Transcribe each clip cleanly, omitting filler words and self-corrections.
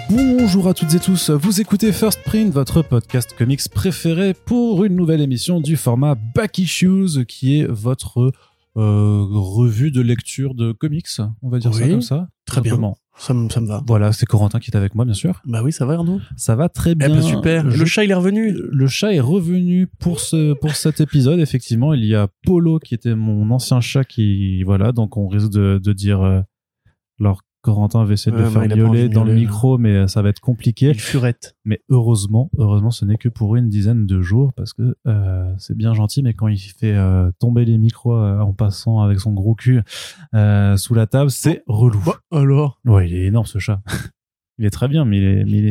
Bonjour à toutes et tous, vous écoutez First Print, votre podcast comics préféré pour une nouvelle émission du format Back Issues, qui est votre revue de lecture de comics, on va dire ça comme ça. Très bien, ça me va. Voilà, c'est Corentin qui est avec moi, bien sûr. Bah oui, ça va Arnaud. Ça va très bien. Eh ben super, le chat il est revenu. Le chat est revenu pour cet épisode, effectivement. Il y a Polo qui était mon ancien chat qui, voilà, donc on risque de dire... alors, Corentin va essayer de le faire miauler dans le micro, mais ça va être compliqué. Il furette. Mais heureusement, ce n'est que pour une dizaine de jours, parce que c'est bien gentil, mais quand il fait tomber les micros en passant avec son gros cul sous la table, c'est relou. Bah, alors Ouais, il est énorme ce chat. Il est très bien, mais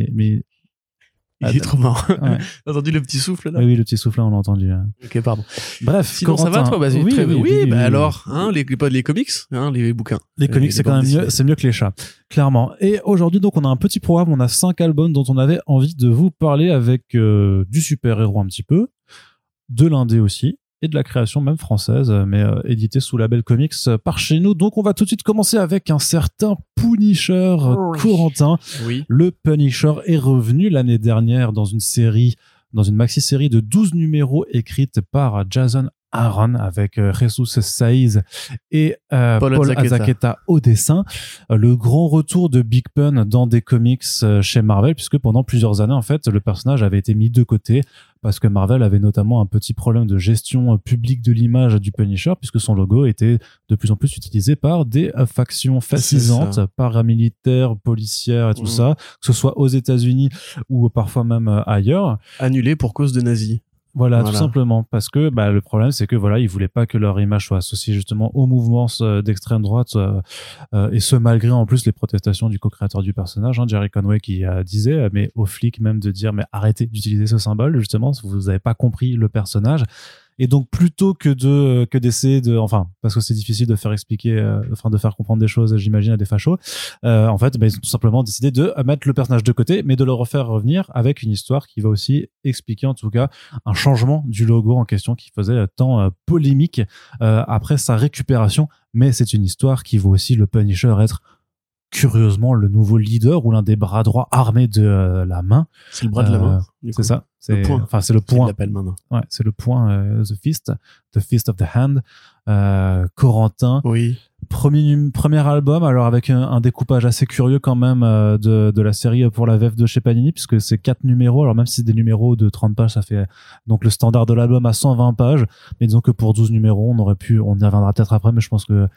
il est trop marrant. Ouais. T'as entendu le petit souffle là? Oui, le petit souffle, on l'a entendu. Ok, pardon. Bref, sinon Corentin, ça va toi? Vas-y. Oui, alors, hein, les comics, hein, les bouquins. Les comics, c'est quand même mieux, c'est mieux que les chats, clairement. Et aujourd'hui, donc, on a un petit programme, on a 5 albums dont on avait envie de vous parler avec du super-héros un petit peu, de l'indé aussi, et de la création même française, mais édité sous label comics par chez nous. Donc on va tout de suite commencer avec un certain Punisher, Corentin. Oui. Le Punisher est revenu l'année dernière dans une maxi-série de 12 numéros écrite par Jason Aaron avec Jesus Saiz et Paul Azaceta au dessin. Le grand retour de Big Pun dans des comics chez Marvel, puisque pendant plusieurs années, en fait, le personnage avait été mis de côté parce que Marvel avait notamment un petit problème de gestion publique de l'image du Punisher, puisque son logo était de plus en plus utilisé par des factions fascisantes, paramilitaires, policières et tout ça, que ce soit aux États-Unis ou parfois même ailleurs. Annulé pour cause de nazis. Voilà, tout simplement, parce que le problème, c'est que voilà, ils voulaient pas que leur image soit associée justement aux mouvements d'extrême droite, et ce malgré en plus les protestations du co-créateur du personnage, Jerry Conway, qui disait, mais aux flics même, de dire mais arrêtez d'utiliser ce symbole, justement, vous avez pas compris le personnage. Et donc, plutôt que d'essayer parce que c'est difficile de faire expliquer, de faire comprendre des choses, j'imagine, à des fachos, en fait, ils ont tout simplement décidé de mettre le personnage de côté, mais de le refaire revenir avec une histoire qui va aussi expliquer, en tout cas, un changement du logo en question qui faisait tant polémique après sa récupération. Mais c'est une histoire qui vaut aussi le Punisher être curieusement le nouveau leader ou l'un des bras droits armés de la main. C'est le bras de la main. C'est ça. C'est le point. Enfin, c'est le point. Il l'appelle maintenant. Ouais, c'est le point, the fist of the hand. Corentin. Oui. Premier album, alors avec un découpage assez curieux quand même de la série pour la VF de chez Panini, puisque c'est 4 numéros. Alors même si c'est des numéros de 30 pages, ça fait donc le standard de l'album à 120 pages. Mais disons que pour 12 numéros, on y reviendra peut-être après, mais je pense que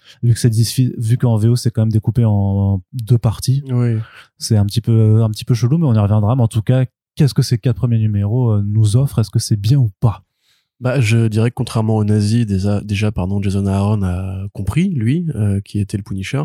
vu qu'en VO c'est quand même découpé en 2 parties, oui. C'est un petit peu chelou, mais on y reviendra. Mais en tout cas, qu'est-ce que ces 4 premiers numéros nous offrent? Est-ce que c'est bien ou pas? Je dirais que contrairement aux nazis, déjà, Jason Aaron a compris, lui, qui était le Punisher.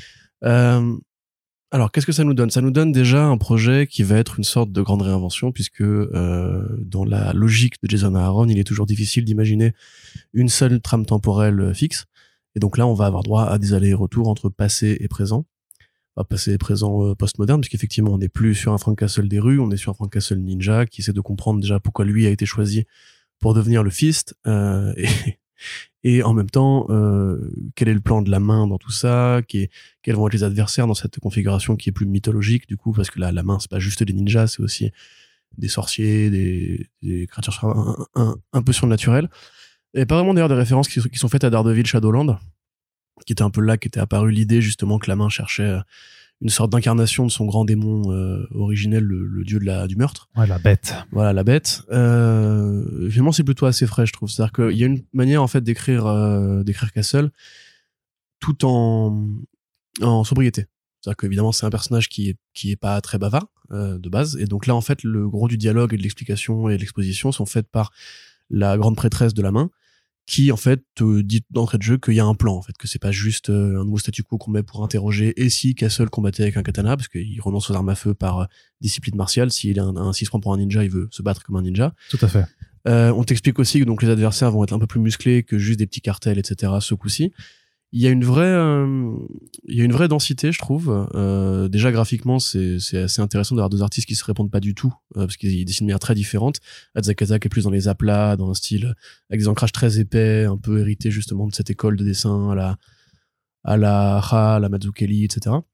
Alors, qu'est-ce que ça nous donne? Ça nous donne déjà un projet qui va être une sorte de grande réinvention, puisque dans la logique de Jason Aaron, il est toujours difficile d'imaginer une seule trame temporelle fixe. Et donc là, on va avoir droit à des allers-retours entre passé et présent. Passé et présent postmoderne, puisqu'effectivement, on n'est plus sur un Frank Castle des rues, on est sur un Frank Castle ninja qui essaie de comprendre déjà pourquoi lui a été choisi pour devenir le Fist, et en même temps, quel est le plan de la main dans tout ça, quels vont être les adversaires dans cette configuration qui est plus mythologique, du coup, parce que la main, c'est pas juste des ninjas, c'est aussi des sorciers, des créatures un peu surnaturelles. Et pas vraiment d'ailleurs des références qui sont faites à Daredevil Shadowland, qui était un peu là, qui était apparu l'idée justement que la main cherchait une sorte d'incarnation de son grand démon originel, le dieu du meurtre. Ouais, la bête. Voilà, la bête. Finalement, c'est plutôt assez frais, je trouve. C'est-à-dire qu'il y a une manière en fait d'écrire Castle tout en sobriété. C'est-à-dire qu'évidemment, c'est un personnage qui est pas très bavard de base, et donc là, en fait, le gros du dialogue et de l'explication et de l'exposition sont faites par la grande prêtresse de la main, qui en fait te dit d'entrée de jeu qu'il y a un plan, en fait, que c'est pas juste un nouveau statu quo qu'on met pour interroger et si Castle combattait avec un katana, parce qu'il renonce aux armes à feu par discipline martiale. S'il se prend pour un ninja, il veut se battre comme un ninja. Tout à fait. On t'explique aussi que donc les adversaires vont être un peu plus musclés que juste des petits cartels, etc. ce coup-ci. Il y a une vraie densité, je trouve. Déjà graphiquement, c'est assez intéressant d'avoir deux artistes qui se répondent pas du tout, parce qu'ils dessinent de manière très différente. Azaceta qui est plus dans les aplats, dans un style avec des ancrages très épais, un peu hérité justement de cette école de dessin à la Mazzucchelli, etc.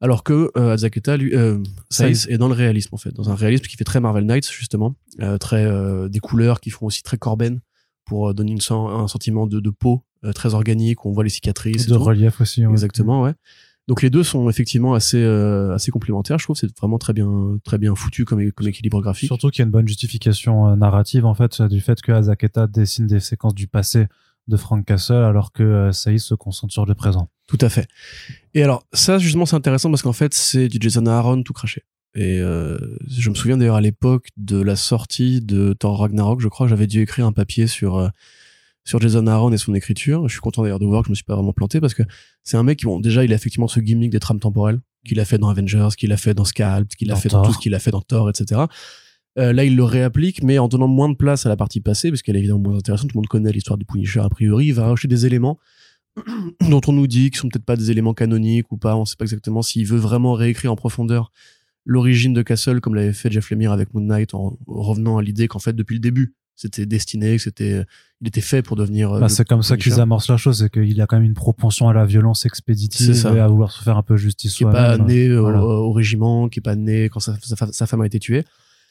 Alors que Azaketa, lui, Saiz est dans le réalisme en fait, dans un réalisme qui fait très Marvel Knights justement, très des couleurs qui font aussi très Corben pour donner un sentiment de peau très organique, où on voit les cicatrices, de relief aussi. Ouais. Exactement, ouais. Donc les deux sont effectivement assez complémentaires, je trouve. C'est vraiment très bien foutu comme équilibre graphique. Surtout qu'il y a une bonne justification narrative en fait du fait que Azaketa dessine des séquences du passé de Frank Castle alors que Saiz se concentre sur le présent. Tout à fait. Et alors ça justement c'est intéressant parce qu'en fait c'est du Jason Aaron tout craché. Et je me souviens d'ailleurs à l'époque de la sortie de Thor Ragnarok, je crois que j'avais dû écrire un papier sur Jason Aaron et son écriture. Je suis content d'ailleurs de voir que je me suis pas vraiment planté parce que c'est un mec qui, bon, déjà il a effectivement ce gimmick des trames temporelles qu'il a fait dans Avengers, qu'il a fait dans Scalp, qu'il a fait dans tout ce qu'il a fait dans Thor, etc. Là, il le réapplique, mais en donnant moins de place à la partie passée, parce qu'elle est évidemment moins intéressante. Tout le monde connaît l'histoire du Punisher, a priori. Il va rajouter des éléments dont on nous dit qu'ils sont peut-être pas des éléments canoniques ou pas. On sait pas exactement s'il veut vraiment réécrire en profondeur l'origine de Castle, comme l'avait fait Jeff Lemire avec Moon Knight, en revenant à l'idée qu'en fait, depuis le début, c'était destiné, il était fait pour devenir. C'est comme ça qu'ils amorcent la chose, c'est qu'il a quand même une propension à la violence expéditive et à vouloir se faire un peu justice. Qui est pas né au régiment, qui est pas né quand sa femme a été tuée.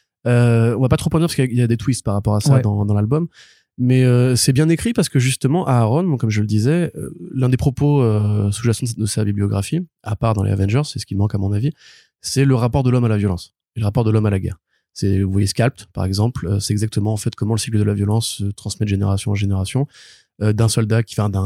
On va pas trop en dire parce qu'il y a des twists par rapport à ça dans l'album, mais c'est bien écrit parce que justement Aaron, bon, comme je le disais, l'un des propos sous-jacents de sa bibliographie, à part dans les Avengers, c'est ce qui manque à mon avis, c'est le rapport de l'homme à la violence et le rapport de l'homme à la guerre. Vous voyez Scalped par exemple, c'est exactement en fait comment le cycle de la violence se transmet de génération en génération, d'un soldat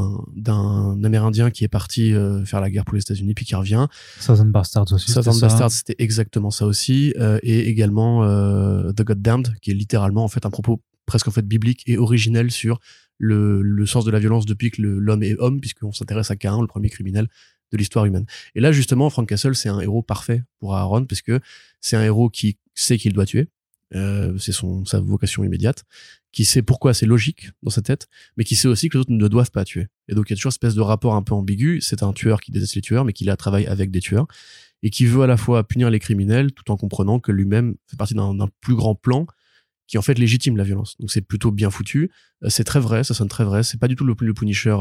d'un Amérindien qui est parti faire la guerre pour les États-Unis puis qui revient. Southern Bastards aussi. Southern Bastards, c'était exactement ça aussi, et également The Goddamned, qui est littéralement en fait un propos presque en fait biblique et originel sur le sens de la violence depuis que l'homme est homme, puisqu'on s'intéresse à Caïn, le premier criminel de l'histoire humaine. Et là justement, Frank Castle, c'est un héros parfait pour Aaron, parce que c'est un héros qui sait qu'il doit tuer. C'est sa vocation immédiate, qui sait pourquoi c'est logique dans sa tête, mais qui sait aussi que les autres ne doivent pas tuer. Et donc il y a toujours une espèce de rapport un peu ambigu. C'est un tueur qui déteste les tueurs, mais qui travaille avec des tueurs, et qui veut à la fois punir les criminels tout en comprenant que lui-même fait partie d'un plus grand plan qui en fait légitime la violence. Donc c'est plutôt bien foutu. C'est très vrai, ça sonne très vrai. C'est pas du tout le Punisher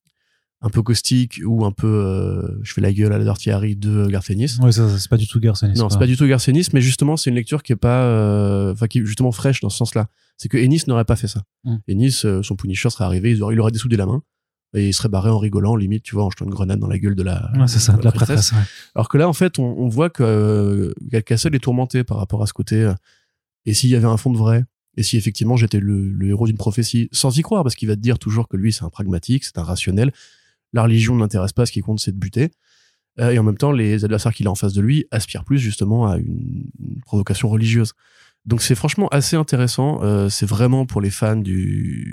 un peu caustique ou un peu je fais la gueule à la Dirty Harry de Garth Ennis. Oui, ça c'est pas du tout Garth Ennis. Non, c'est pas du tout Garth Ennis, mais justement c'est une lecture qui est pas qui est justement fraîche dans ce sens-là. C'est que Ennis n'aurait pas fait ça. Ennis, son Punisher serait arrivé, il aurait dessoudé la main et il serait barré en rigolant, limite, tu vois, en jetant une grenade dans la gueule de la de la prêtresse. Ouais. Alors que là en fait on voit que Castle est tourmenté par rapport à ce côté et s'il y avait un fond de vrai, et si effectivement j'étais le héros d'une prophétie, sans y croire, parce qu'il va te dire toujours que lui c'est un pragmatique, c'est un rationnel. La religion ne l'intéresse pas, ce qui compte c'est de buter. Et en même temps, les adversaires qu'il a en face de lui aspirent plus justement à une provocation religieuse. Donc c'est franchement assez intéressant. C'est vraiment pour les fans du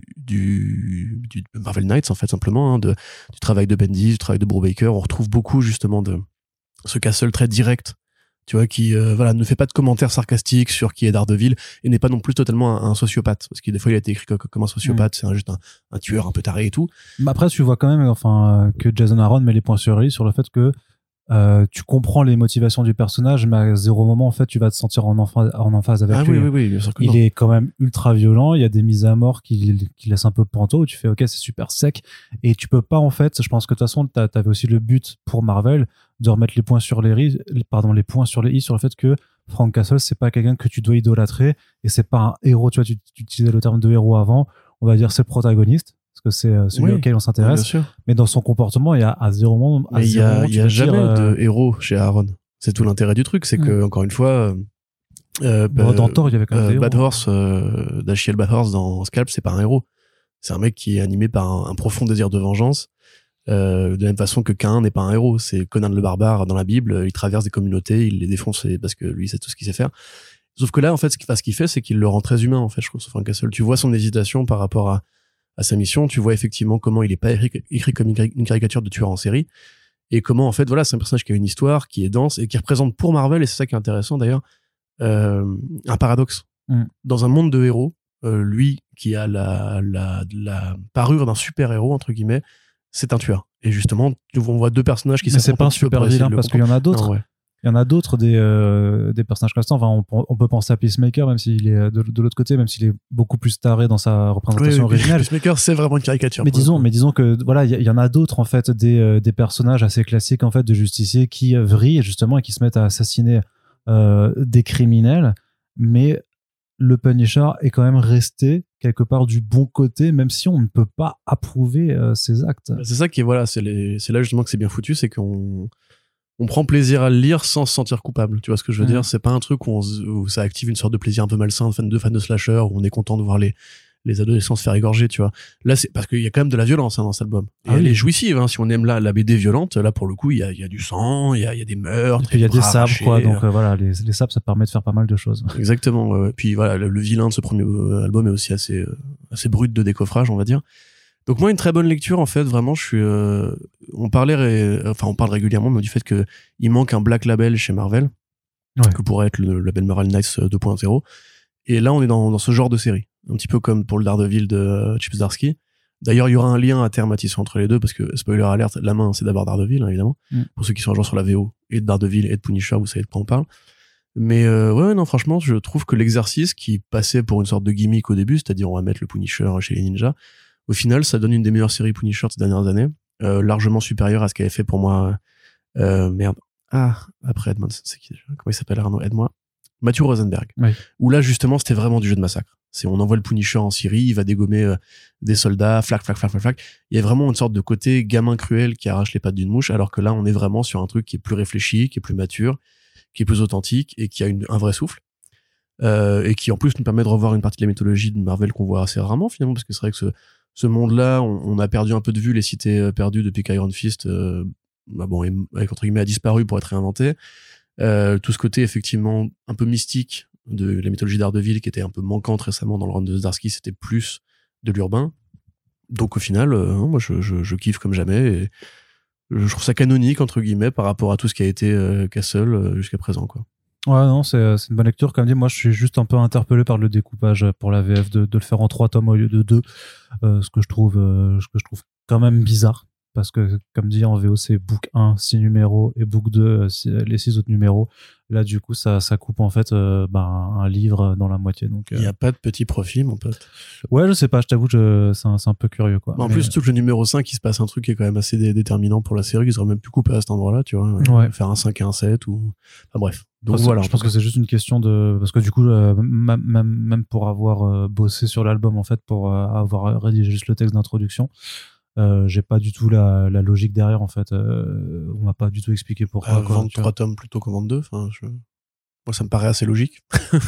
Marvel Knights en fait simplement, du travail de Bendis, du travail de Brubaker. On retrouve beaucoup justement de ce Castle très direct, tu vois, qui ne fait pas de commentaires sarcastiques sur qui est Daredevil et n'est pas non plus totalement un sociopathe, parce que des fois il a été écrit comme un sociopathe, c'est juste un tueur un peu taré et tout. Mais après tu vois quand même que Jason Aaron met les points sur les i sur le fait que tu comprends les motivations du personnage, mais à zéro moment en fait tu vas te sentir en emphase avec lui. Oui, bien sûr que il est quand même ultra violent, il y a des mises à mort qui laissent un peu panto, où tu fais ok, c'est super sec, et tu peux pas en fait, je pense que de toute façon t'avais aussi le but pour Marvel de remettre les points sur les i sur le fait que Frank Castle c'est pas quelqu'un que tu dois idolâtrer, et c'est pas un héros, tu vois, tu utilisais le terme de héros avant, on va dire c'est le protagoniste parce que c'est celui auquel on s'intéresse, mais dans son comportement il y a à zéro moment, il y a jamais de héros chez Aaron. C'est tout l'intérêt du truc, c'est que encore une fois dans Thor il y avait quand même Bad Horse, Dashiell Bad Horse dans Scalp, c'est pas un héros, c'est un mec qui est animé par un profond désir de vengeance, de la même façon que Caïn n'est pas un héros. C'est Conan le barbare dans la Bible, il traverse des communautés, il les défonce parce que lui c'est tout ce qu'il sait faire. Sauf que là en fait ce qu'il fait c'est qu'il le rend très humain en fait, je trouve, Frank Castle. Tu vois son hésitation par rapport à sa mission, tu vois effectivement comment il est pas écrit comme une caricature de tueur en série, et comment en fait voilà, c'est un personnage qui a une histoire, qui est dense et qui représente pour Marvel, et c'est ça qui est intéressant d'ailleurs, un paradoxe. Dans un monde de héros, lui qui a la parure d'un super héros entre guillemets, c'est un tueur. Et justement on voit deux personnages qui mais c'est pas un super vilain parce qu'il y en a d'autres. Il y en a d'autres des personnages comme ça. Enfin, on peut penser à Peacemaker, même s'il est de l'autre côté, même s'il est beaucoup plus taré dans sa représentation originale. Peacemaker, c'est vraiment une caricature. Mais disons que voilà, il y en a d'autres en fait, des personnages assez classiques en fait de justiciers qui vrillent justement et qui se mettent à assassiner des criminels, mais le Punisher est quand même resté quelque part du bon côté, même si on ne peut pas approuver ses actes. C'est ça qui est, voilà, c'est là justement que c'est bien foutu, c'est qu'on prend plaisir à le lire sans se sentir coupable. Tu vois ce que je veux dire? C'est pas un truc où ça active une sorte de plaisir un peu malsain de fan de slasher, où on est content de voir les adolescents se faire égorger, tu vois. Là, c'est parce qu'il y a quand même de la violence dans cet album. Et elle est jouissive, hein. Si on aime la BD violente, là, pour le coup, il y a du sang, il y a des meurtres. Et puis il y a des sabres, quoi. Donc voilà, les sabres, ça permet de faire pas mal de choses. Exactement. Puis voilà, le vilain de ce premier album est aussi assez brut de décoffrage, on va dire. Donc moi, une très bonne lecture, en fait, vraiment, on parle régulièrement, mais du fait que il manque un Black Label chez Marvel, que pourrait être le label Marvel Knights 2.0. Et là, on est dans ce genre de série. Un petit peu comme pour le Daredevil de Chip Zdarsky. D'ailleurs, il y aura un lien à terme à tisser entre les deux, parce que, spoiler alert, la main, c'est d'abord Daredevil, hein, évidemment. Pour ceux qui sont à jour sur la VO, et de Daredevil et de Punisher, vous savez de quoi on parle. Mais non, franchement, je trouve que l'exercice qui passait pour une sorte de gimmick au début, c'est-à-dire on va mettre le Punisher chez les ninjas, au final, ça donne une des meilleures séries Punisher de ces dernières années, largement supérieure à ce qu'avait fait pour moi, après Edmonds, c'est qui déjà? Comment il s'appelle, Arnaud? Aide-moi. Matthew Rosenberg. Oui. Où là, justement, c'était vraiment du jeu de massacre. On envoie le Punisher en Syrie, il va dégommer des soldats, flac. Il y a vraiment une sorte de côté gamin cruel qui arrache les pattes d'une mouche, alors que là, on est vraiment sur un truc qui est plus réfléchi, qui est plus mature, qui est plus authentique et qui a un vrai souffle. Et qui, en plus, nous permet de revoir une partie de la mythologie de Marvel qu'on voit assez rarement, finalement, parce que c'est vrai que ce monde-là, on a perdu un peu de vue les cités perdues depuis qu'Iron Fist, avec entre guillemets, a disparu pour être réinventé. Tout ce côté effectivement un peu mystique de la mythologie d'Ardeville qui était un peu manquante récemment dans le run de Zdarsky, c'était plus de l'urbain. Donc au final, moi je kiffe comme jamais et je trouve ça canonique entre guillemets par rapport à tout ce qui a été Castle jusqu'à présent, quoi. Ouais, non, c'est une bonne lecture. Comme dit, moi, je suis juste un peu interpellé par le découpage pour la VF de le faire en 3 tomes au lieu de 2, ce que je trouve quand même bizarre. Parce que, comme dit, en VO, c'est book 1, 6 numéros, et book 2, les 6 autres numéros. Là, du coup, ça coupe, en fait, un livre dans la moitié. Donc, il n'y a pas de petit profit, mon pote. Ouais, je sais pas, je t'avoue, c'est un peu curieux, quoi. En plus, tout le numéro 5, il se passe un truc qui est quand même assez déterminant pour la série, qu'ils auraient même pu couper à cet endroit-là, tu vois. Ouais. Faire un 5 et un 7 ou, enfin, bref. Donc voilà. Je pense que c'est juste une question parce que du coup, même pour avoir bossé sur l'album, en fait, pour avoir rédigé juste le texte d'introduction, j'ai pas du tout la logique derrière, en fait. On m'a pas du tout expliqué pourquoi. Vendre 3 tomes plutôt qu'en vendre 2. Enfin, moi, ça me paraît assez logique.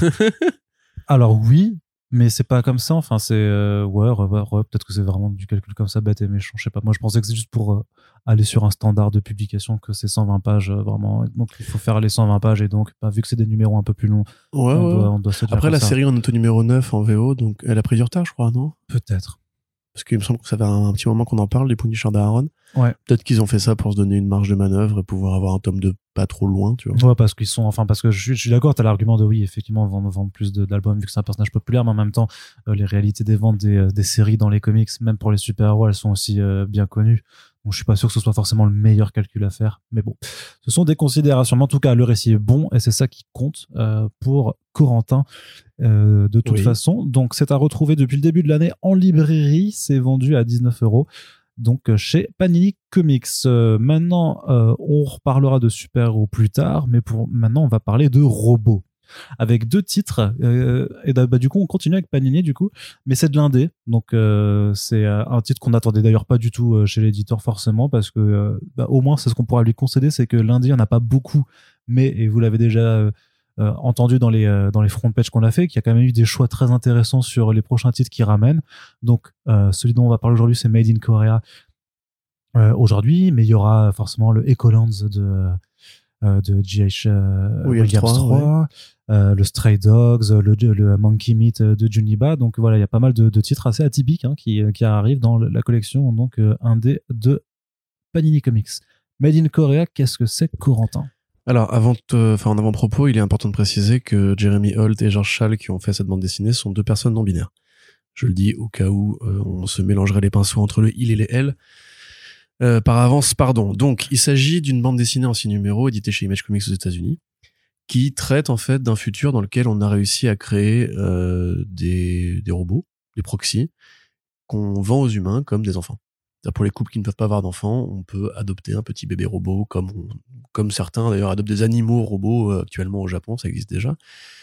Alors oui, mais c'est pas comme ça. Enfin, c'est peut-être que c'est vraiment du calcul comme ça, bête et méchant. Je sais pas. Moi, je pensais que c'est juste pour aller sur un standard de publication, que c'est 120 pages vraiment. Donc, il faut faire les 120 pages et donc, vu que c'est des numéros un peu plus longs, on doit se dire. Après, la série, on est au numéro 9 en VO, donc elle a pris du retard, je crois, non? Peut-être. Parce qu'il me semble que ça fait un petit moment qu'on en parle, des Punisher d'Aaron. Ouais. Peut-être qu'ils ont fait ça pour se donner une marge de manœuvre et pouvoir avoir un tome 2 pas trop loin, tu vois. Ouais, parce que je suis d'accord, t'as l'argument de oui, effectivement, vendre plus d'albums vu que c'est un personnage populaire, mais en même temps, les réalités des ventes des séries dans les comics, même pour les super-héros, elles sont aussi bien connues. Donc, je suis pas sûr que ce soit forcément le meilleur calcul à faire, mais bon, ce sont des considérations. Mais en tout cas, le récit est bon et c'est ça qui compte pour Corentin. De toute façon, donc c'est à retrouver depuis le début de l'année en librairie. C'est vendu à 19€. Donc chez Panini Comics. Maintenant, on reparlera de super-héros plus tard, mais pour maintenant, on va parler de robots. Avec 2 titres, et du coup on continue avec Panini du coup, mais c'est de l'indé, donc c'est un titre qu'on n'attendait d'ailleurs pas du tout chez l'éditeur forcément, parce que au moins c'est ce qu'on pourra lui concéder, c'est que l'indé il n'y en a pas beaucoup, mais, et vous l'avez déjà entendu dans les front pages qu'on a fait, qu'il y a quand même eu des choix très intéressants sur les prochains titres qui ramènent. Donc celui dont on va parler aujourd'hui, c'est Made in Korea aujourd'hui, mais il y aura forcément le Ecolands de G.H. Williams 3, le Stray Dogs, le Monkey Meat de Juniba. Donc voilà, il y a pas mal de titres assez atypiques qui arrivent dans la collection donc indé de Panini Comics. Made in Korea, qu'est-ce que c'est, Corentin? Alors, en avant-propos, il est important de préciser que Jeremy Holt et George Schall, qui ont fait cette bande dessinée, sont 2 personnes non binaires. Je le dis au cas où on se mélangerait les pinceaux entre le il et les elle. Par avance, pardon. Donc, il s'agit d'une bande dessinée en 6 numéros éditée chez Image Comics aux États-Unis, qui traite en fait d'un futur dans lequel on a réussi à créer des robots, des proxys, qu'on vend aux humains comme des enfants. C'est-à-dire pour les couples qui ne peuvent pas avoir d'enfants, on peut adopter un petit bébé robot, comme certains d'ailleurs adoptent des animaux robots actuellement au Japon, ça existe déjà.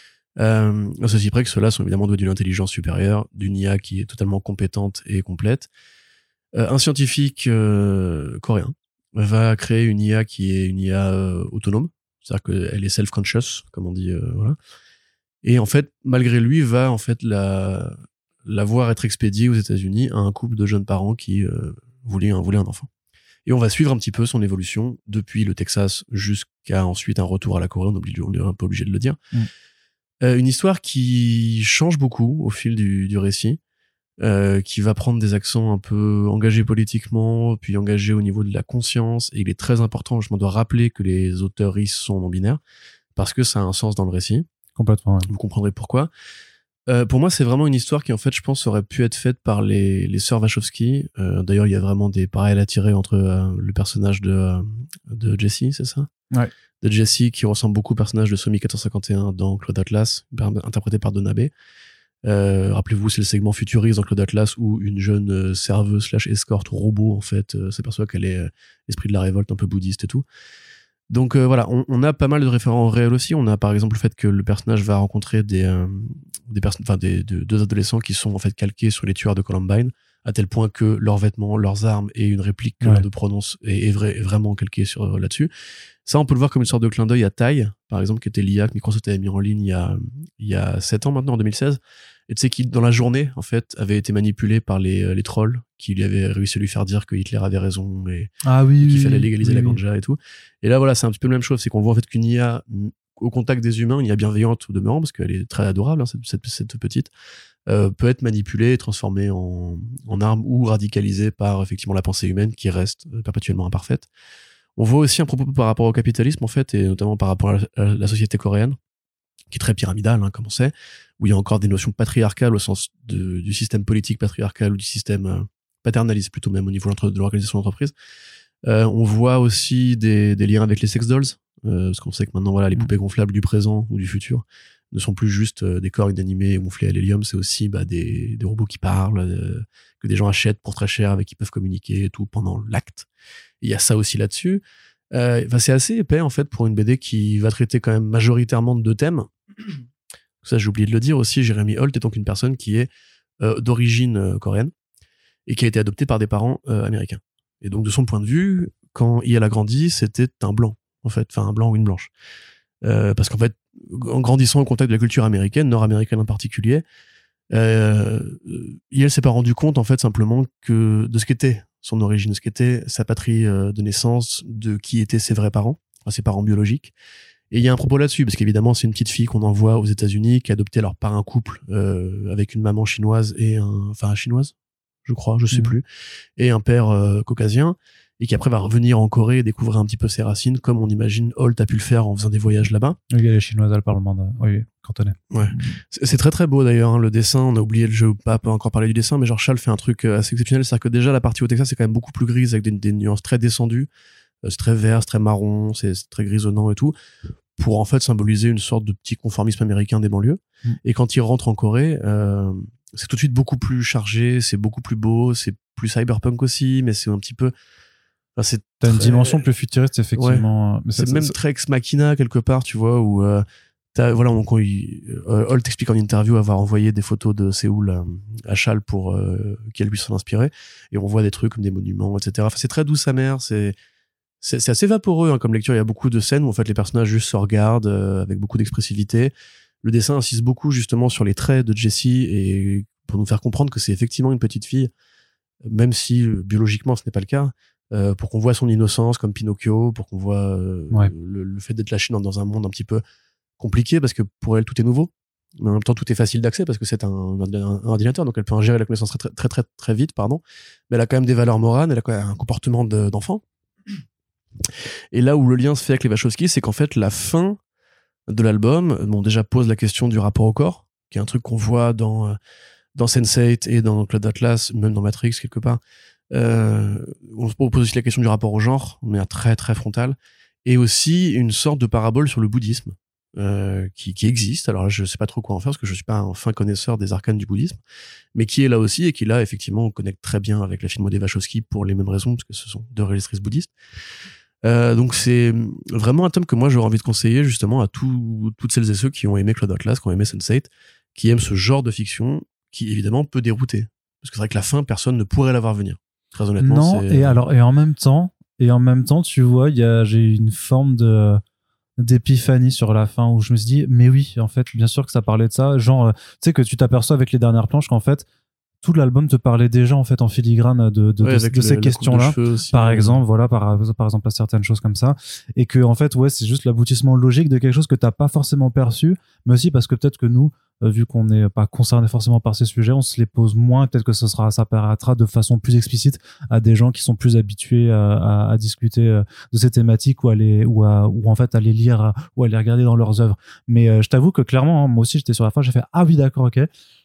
Ceci près que ceux-là sont évidemment doués d'une intelligence supérieure, d'une IA qui est totalement compétente et complète. Un scientifique coréen va créer une IA qui est une IA autonome, c'est-à-dire qu'elle est self-conscious, comme on dit, voilà. Et en fait, malgré lui, va en fait la voir être expédiée aux États-Unis à un couple de jeunes parents qui voulaient un enfant. Et on va suivre un petit peu son évolution depuis le Texas jusqu'à ensuite un retour à la Corée. On est un peu obligé de le dire. Une histoire qui change beaucoup au fil du récit. Qui va prendre des accents un peu engagés politiquement, puis engagés au niveau de la conscience. Et il est très important, je m'en dois rappeler que les auteurs sont non-binaires, parce que ça a un sens dans le récit. Complètement, ouais. Vous comprendrez pourquoi. Pour moi, c'est vraiment une histoire qui, en fait, je pense, aurait pu être faite par les sœurs Wachowski. D'ailleurs, il y a vraiment des parallèles à tirer entre le personnage de Jessie, c'est ça? Ouais. De Jessie, qui ressemble beaucoup au personnage de Somi 451 dans Claude Atlas, interprété par Donabe. Rappelez-vous, c'est le segment futuriste dans Claude Atlas où une jeune serveuse / escorte robot en fait s'aperçoit qu'elle est l'esprit de la révolte un peu bouddhiste et tout. Donc voilà, on a pas mal de référents réels aussi. On a par exemple le fait que le personnage va rencontrer deux adolescents qui sont en fait calqués sur les tueurs de Columbine, à tel point que leurs vêtements, leurs armes et une réplique que l'un d'eux prononce est vraiment calquée sur là-dessus. Ça, on peut le voir comme une sorte de clin d'œil à Tai, par exemple, qui était l'IA que Microsoft avait mis en ligne il y a 7 ans maintenant, en 2016. Et tu sais, qui, dans la journée, en fait, avait été manipulé par les trolls, qui lui avaient réussi à lui faire dire que Hitler avait raison et qu'il fallait légaliser la ganja et tout. Et là, voilà, c'est un petit peu la même chose. C'est qu'on voit, en fait, qu'une IA, au contact des humains, une IA bienveillante au demeurant, parce qu'elle est très adorable, hein, cette petite, peut être manipulée, transformée en arme ou radicalisée par, effectivement, la pensée humaine qui reste perpétuellement imparfaite. On voit aussi un propos par rapport au capitalisme, en fait, et notamment par rapport à la société coréenne, qui est très pyramidale, hein, comme on sait, où il y a encore des notions patriarcales au sens du système politique patriarcal ou du système paternaliste, plutôt même au niveau de l'organisation d'entreprise. On voit aussi des liens avec les sex dolls, parce qu'on sait que maintenant, voilà, les poupées gonflables du présent ou du futur ne sont plus juste des corps inanimés gonflés à l'hélium, c'est aussi des robots qui parlent, que des gens achètent pour très cher, avec qui peuvent communiquer et tout pendant l'acte. Il y a ça aussi là-dessus. C'est assez épais en fait pour une BD qui va traiter quand même majoritairement de 2 thèmes. Ça, j'ai oublié de le dire aussi. Jeremy Holt est donc une personne qui est d'origine coréenne et qui a été adoptée par des parents américains. Et donc de son point de vue, quand elle a grandi, c'était un blanc en fait, enfin un blanc ou une blanche. Parce qu'en fait, en grandissant au contact de la culture américaine, nord-américaine en particulier, elle s'est pas rendu compte en fait simplement que de ce qu'était son origine, de ce qu'était sa patrie de naissance, de qui étaient ses vrais parents, enfin, ses parents biologiques. Et il y a un propos là-dessus, parce qu'évidemment c'est une petite fille qu'on envoie aux États-Unis qui est adoptée alors par un couple avec une maman chinoise et chinoise, je crois, je sais plus, et un père caucasien, et qui après va revenir en Corée et découvrir un petit peu ses racines, comme on imagine Holt a pu le faire en faisant des voyages là-bas. Oui, elle est chinoise, elle parle mandarin. Oui, cantonais. Ouais. C'est très très beau d'ailleurs, hein, le dessin. On a oublié le jeu, pas encore parlé du dessin, mais genre Charles fait un truc assez exceptionnel. C'est-à-dire que déjà la partie au Texas c'est quand même beaucoup plus grise avec des nuances très descendues. C'est très vert, c'est très marron, c'est très grisonnant et tout, pour en fait symboliser une sorte de petit conformisme américain des banlieues. Et quand il rentre en Corée, c'est tout de suite beaucoup plus chargé, c'est beaucoup plus beau, c'est plus cyberpunk aussi, mais c'est un petit peu... Enfin, t'as une dimension plus futuriste, effectivement. Ouais. Mais c'est même très ex machina quelque part, tu vois, où voilà, quand Holt explique en interview avoir envoyé des photos de Séoul à Chal pour qu'elle puisse s'en inspirer, et on voit des trucs comme des monuments, etc. Enfin, c'est très douce amère, c'est assez vaporeux hein, comme lecture. Il y a beaucoup de scènes où en fait les personnages juste se regardent avec beaucoup d'expressivité. Le dessin insiste beaucoup justement sur les traits de Jessie et pour nous faire comprendre que c'est effectivement une petite fille, même si biologiquement ce n'est pas le cas. Pour qu'on voit son innocence comme Pinocchio, pour qu'on voit le fait d'être lâché dans un monde un petit peu compliqué, parce que pour elle tout est nouveau, mais en même temps tout est facile d'accès parce que c'est un ordinateur, donc elle peut ingérer la connaissance très, très, très, très vite, pardon. Mais elle a quand même des valeurs morales, elle a quand même un comportement d'enfant. Et là où le lien se fait avec les Wachowski, c'est qu'en fait la fin de l'album, déjà pose la question du rapport au corps, qui est un truc qu'on voit dans Sense8 et dans Claude Atlas, même dans Matrix quelque part. On se pose aussi la question du rapport au genre, de manière très très frontale, et aussi une sorte de parabole sur le bouddhisme qui existe. Alors là, je sais pas trop quoi en faire parce que je suis pas un fin connaisseur des arcanes du bouddhisme, mais qui est là aussi et qui là effectivement connecte très bien avec la filmo des Wachowski pour les mêmes raisons parce que ce sont deux réalisatrices bouddhistes. Donc c'est vraiment un tome que moi j'aurais envie de conseiller justement à toutes celles et ceux qui ont aimé Cloud Atlas, qui ont aimé Sense8, qui aiment ce genre de fiction qui évidemment peut dérouter. Parce que c'est vrai que la fin, personne ne pourrait la voir venir. Très honnêtement. Non, et en même temps, tu vois, j'ai eu une forme d'épiphanie sur la fin où je me suis dit, mais oui, en fait, bien sûr que ça parlait de ça. Genre, tu sais, que tu t'aperçois avec les dernières planches qu'en fait, tout l'album te parlait déjà en fait en filigrane de ces questions-là, par exemple, voilà, par exemple à certaines choses comme ça, et que en fait, ouais, c'est juste l'aboutissement logique de quelque chose que t'as pas forcément perçu, mais aussi parce que peut-être que nous, vu qu'on n'est pas concerné forcément par ces sujets, on se les pose moins, peut-être que ça paraîtra de façon plus explicite à des gens qui sont plus habitués à discuter de ces thématiques ou en fait à les lire ou à les regarder dans leurs œuvres. Mais je t'avoue que clairement, hein, moi aussi j'étais sur la fin, j'ai fait ah oui d'accord, ok.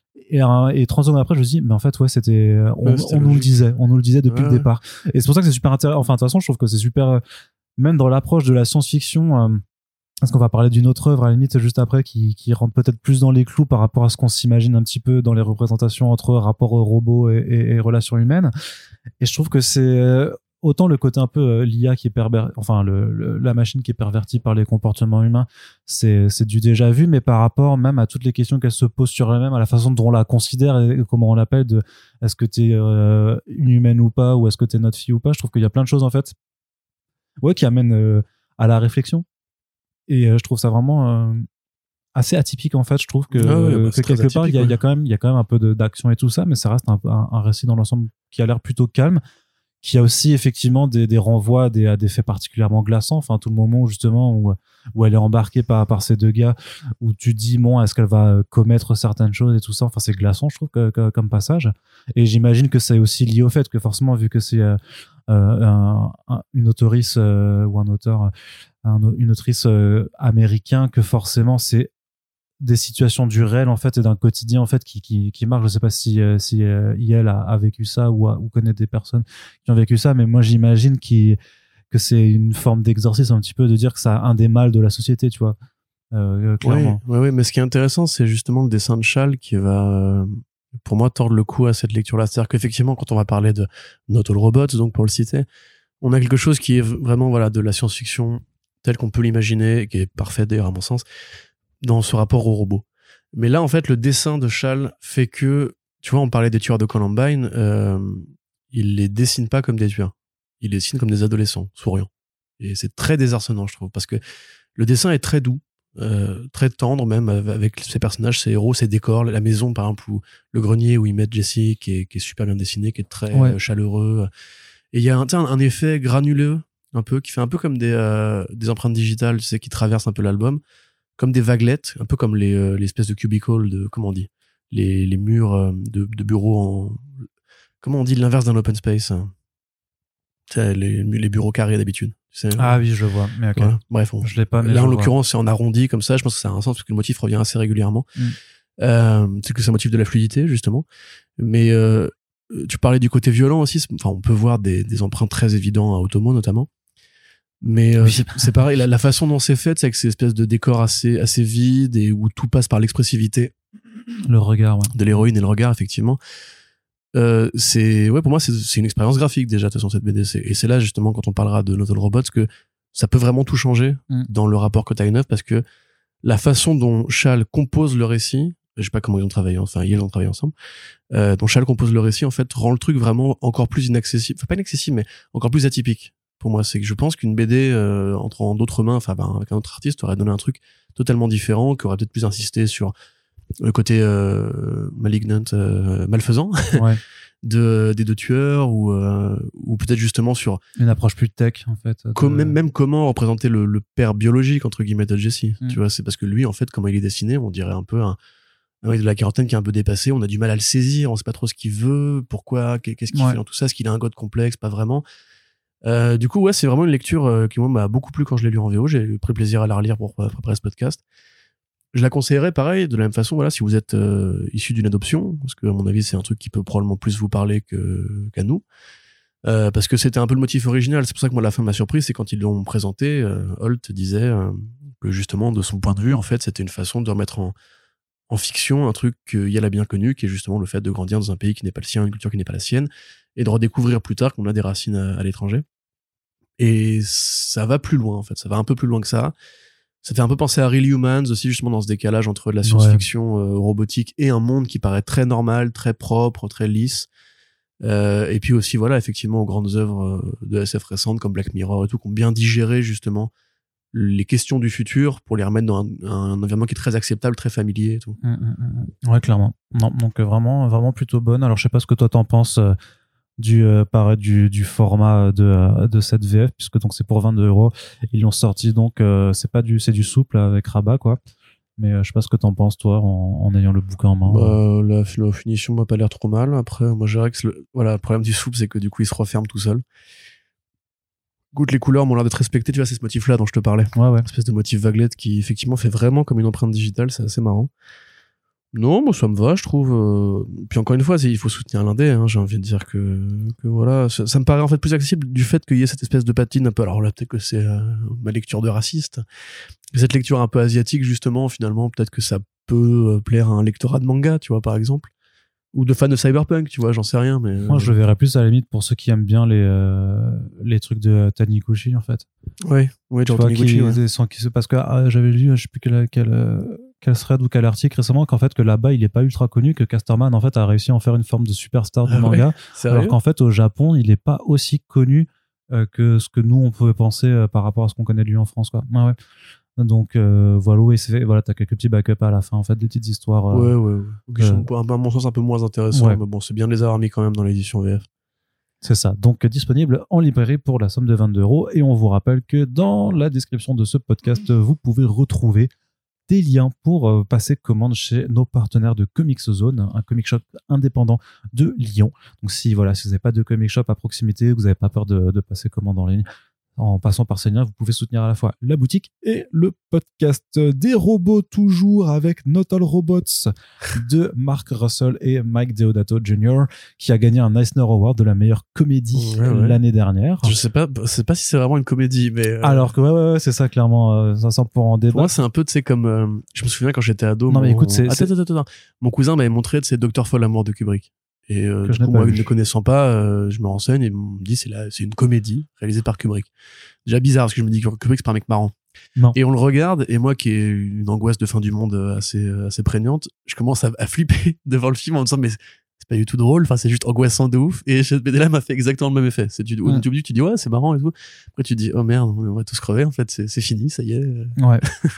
Et 30 secondes après, je me dis, mais en fait, ouais, on nous le disait depuis le départ. Et c'est pour ça que c'est super intéressant. Enfin, de toute façon, je trouve que c'est super, même dans l'approche de la science-fiction, parce qu'on va parler d'une autre œuvre, à la limite, juste après, qui rentre peut-être plus dans les clous par rapport à ce qu'on s'imagine un petit peu dans les représentations entre rapports robots et relations humaines. Et je trouve que c'est, autant le côté un peu l'IA qui est enfin la machine qui est pervertie par les comportements humains, c'est du déjà vu, mais par rapport même à toutes les questions qu'elle se pose sur elle-même, à la façon dont on la considère et comment on l'appelle, de est-ce que t'es une humaine ou pas, ou est-ce que t'es notre fille ou pas, je trouve qu'il y a plein de choses en fait qui amènent à la réflexion, et je trouve ça vraiment assez atypique en fait. Je trouve que quelque part il y a quand même un peu d'action et tout ça, mais ça reste un récit dans l'ensemble qui a l'air plutôt calme, qui a aussi effectivement des renvois à des faits particulièrement glaçants. Enfin, tout le moment justement où elle est embarquée par ces deux gars, où tu dis, bon, est-ce qu'elle va commettre certaines choses et tout ça. Enfin, c'est glaçant, je trouve, comme passage. Et j'imagine que c'est aussi lié au fait que forcément, vu que c'est une autrice ou un auteur, une autrice américain, que forcément c'est des situations du réel en fait et d'un quotidien en fait qui marche. Je sais pas si Yael a vécu ça ou connaît des personnes qui ont vécu ça, mais moi j'imagine que c'est une forme d'exorcisme un petit peu, de dire que c'est un des mâles de la société, tu vois, clairement. Ouais, mais ce qui est intéressant, c'est justement le dessin de Châle qui va pour moi tordre le cou à cette lecture-là. C'est-à-dire qu'effectivement, quand on va parler de Not All Robots, donc pour le citer, on a quelque chose qui est vraiment voilà de la science-fiction telle qu'on peut l'imaginer, qui est parfaite d'ailleurs à mon sens, dans ce rapport au robot. Mais là, en fait, le dessin de Châle fait que, tu vois, on parlait des tueurs de Columbine, il les dessine pas comme des tueurs. Il les dessine comme des adolescents, souriants. Et c'est très désarçonnant, je trouve, parce que le dessin est très doux, très tendre même, avec ses personnages, ses héros, ses décors, la maison, par exemple, ou le grenier où ils mettent Jesse, qui est super bien dessiné, qui est très chaleureux. Et il y a un effet granuleux, un peu, qui fait un peu comme des empreintes digitales, tu sais, qui traversent un peu l'album, comme des vaguelettes, un peu comme les espèces de cubicles comment on dit, les murs de bureaux en, comment on dit l'inverse d'un open space, hein. Les bureaux carrés d'habitude, tu sais. Ah oui, je vois, mais ok. Ouais. Bref, je l'ai pas, mais là en l'occurrence c'est en arrondi comme ça. Je pense que ça a un sens parce que le motif revient assez régulièrement. C'est que c'est un motif de la fluidité justement, mais tu parlais du côté violent aussi. Enfin, on peut voir des emprunts très évidents à Otomo notamment. Mais c'est pareil, la façon dont c'est fait, c'est avec ces espèces de décors assez vide et où tout passe par l'expressivité, le regard de l'héroïne et le regard effectivement. Pour moi c'est une expérience graphique déjà de toute façon cette BD, et c'est là justement quand on parlera de Not All Robots que ça peut vraiment tout changer dans le rapport Kotaïneuf, parce que la façon dont Châle compose le récit, je sais pas comment ils ont travaillé, enfin ils ont travaillé ensemble, dont Châle compose le récit en fait rend le truc vraiment encore plus inaccessible, enfin pas inaccessible mais encore plus atypique. Pour moi, c'est que je pense qu'une BD en d'autres mains, enfin avec un autre artiste, aurait donné un truc totalement différent, qui aurait peut-être plus insisté sur le côté malignant, malfaisant des deux tueurs, ou peut-être justement sur une approche plus tech en fait. Même comment représenter le père biologique entre guillemets de Jesse. Tu vois, c'est parce que lui en fait, comment il est dessiné, on dirait un peu un mec de la quarantaine qui est un peu dépassé. On a du mal à le saisir, on sait pas trop ce qu'il veut, pourquoi, qu'est-ce qu'il fait dans tout ça, est-ce qu'il a un god complexe, pas vraiment. Du coup, ouais, c'est vraiment une lecture qui moi m'a beaucoup plu quand je l'ai lu en VO. J'ai pris plaisir à la relire pour préparer ce podcast. Je la conseillerais pareil, de la même façon, voilà, si vous êtes issu d'une adoption, parce que à mon avis c'est un truc qui peut probablement plus vous parler qu'à nous. Parce que c'était un peu le motif original. C'est pour ça que moi, la fin m'a surpris, c'est quand ils l'ont présenté, Holt disait que justement, de son point de vue, en fait, c'était une façon de remettre en fiction un truc qu'Yal a bien connu, qui est justement le fait de grandir dans un pays qui n'est pas le sien, une culture qui n'est pas la sienne, et de redécouvrir plus tard qu'on a des racines à l'étranger. Et ça va plus loin, en fait. Ça va un peu plus loin que ça. Ça fait un peu penser à Real Humans aussi, justement, dans ce décalage entre la science-fiction robotique et un monde qui paraît très normal, très propre, très lisse. Et puis aussi, voilà, effectivement, aux grandes œuvres de SF récentes comme Black Mirror et tout, qui ont bien digéré, justement, les questions du futur pour les remettre dans un environnement qui est très acceptable, très familier et tout. Ouais, clairement. Non, donc vraiment, vraiment plutôt bonne. Alors, je sais pas ce que toi t'en penses du format de cette VF, puisque donc c'est pour 22€. Ils l'ont sorti, donc c'est du souple avec rabat, quoi. Mais je sais pas ce que t'en penses, toi, en ayant le bouquin en main. Bah, la finition m'a pas l'air trop mal. Après, moi, je dirais que le problème du souple, c'est que du coup, il se referme tout seul. Écoute, les couleurs m'ont l'air d'être respectées, tu vois, c'est ce motif-là dont je te parlais. Ouais. Une espèce de motif vaguelette qui, effectivement, fait vraiment comme une empreinte digitale, c'est assez marrant. Non, moi, ça me va, je trouve. Puis encore une fois, il faut soutenir l'indé, hein, j'ai envie de dire que voilà, ça me paraît en fait plus accessible du fait qu'il y ait cette espèce de patine un peu, alors là, peut-être que c'est ma lecture de raciste, cette lecture un peu asiatique, justement, finalement, peut-être que ça peut plaire à un lectorat de manga, tu vois, par exemple. Ou de fans de cyberpunk, tu vois, j'en sais rien, mais moi je le verrais plus à la limite pour ceux qui aiment bien les trucs de Taniguchi, en fait. Ouais, genre Taniguchi, parce que j'avais lu, je sais plus quel thread ou quel article récemment, qu'en fait que là-bas il est pas ultra connu, que Casterman en fait a réussi à en faire une forme de superstar du manga, alors qu'en fait au Japon il est pas aussi connu que ce que nous on pouvait penser par rapport à ce qu'on connaît de lui en France, quoi. Ouais. Donc voilà, t'as quelques petits backups à la fin, en fait, des petites histoires. Ouais. Qui sont à mon sens un peu moins intéressants, mais bon, c'est bien de les avoir mis quand même dans l'édition VF. C'est ça. Donc disponible en librairie pour la somme de 22€. Et on vous rappelle que dans la description de ce podcast, vous pouvez retrouver des liens pour passer commande chez nos partenaires de Comics Zone, un comic shop indépendant de Lyon. Donc si vous n'avez pas de comic shop à proximité, vous n'avez pas peur de passer commande en ligne, en passant par ces liens, vous pouvez soutenir à la fois la boutique et le podcast. Des robots toujours avec Not All Robots de Mark Russell et Mike Deodato Jr. qui a gagné un Eisner Award de la meilleure comédie l'année dernière. Je sais pas si c'est vraiment une comédie, mais alors que ouais, c'est ça, clairement, ça sent pour en débat. Pour moi, c'est un peu, tu sais, comme je me souviens quand j'étais ado. Non, mais écoute, attends. Mon cousin m'avait montré, c'est Dr. Follamour de Kubrick. Et du coup, moi, ne le connaissant pas, je me renseigne et il me dit c'est une comédie réalisée par Kubrick. Déjà bizarre parce que je me dis que Kubrick c'est pas un mec marrant. Non. Et on le regarde et moi qui ai une angoisse de fin du monde assez prégnante, je commence à flipper devant le film en me disant mais c'est pas du tout drôle, enfin c'est juste angoissant de ouf. Et cette BD là m'a fait exactement le même effet. C'est tu dis ouais c'est marrant et tout. Après tu dis oh merde on va tous crever en fait c'est fini ça y est. Ouais.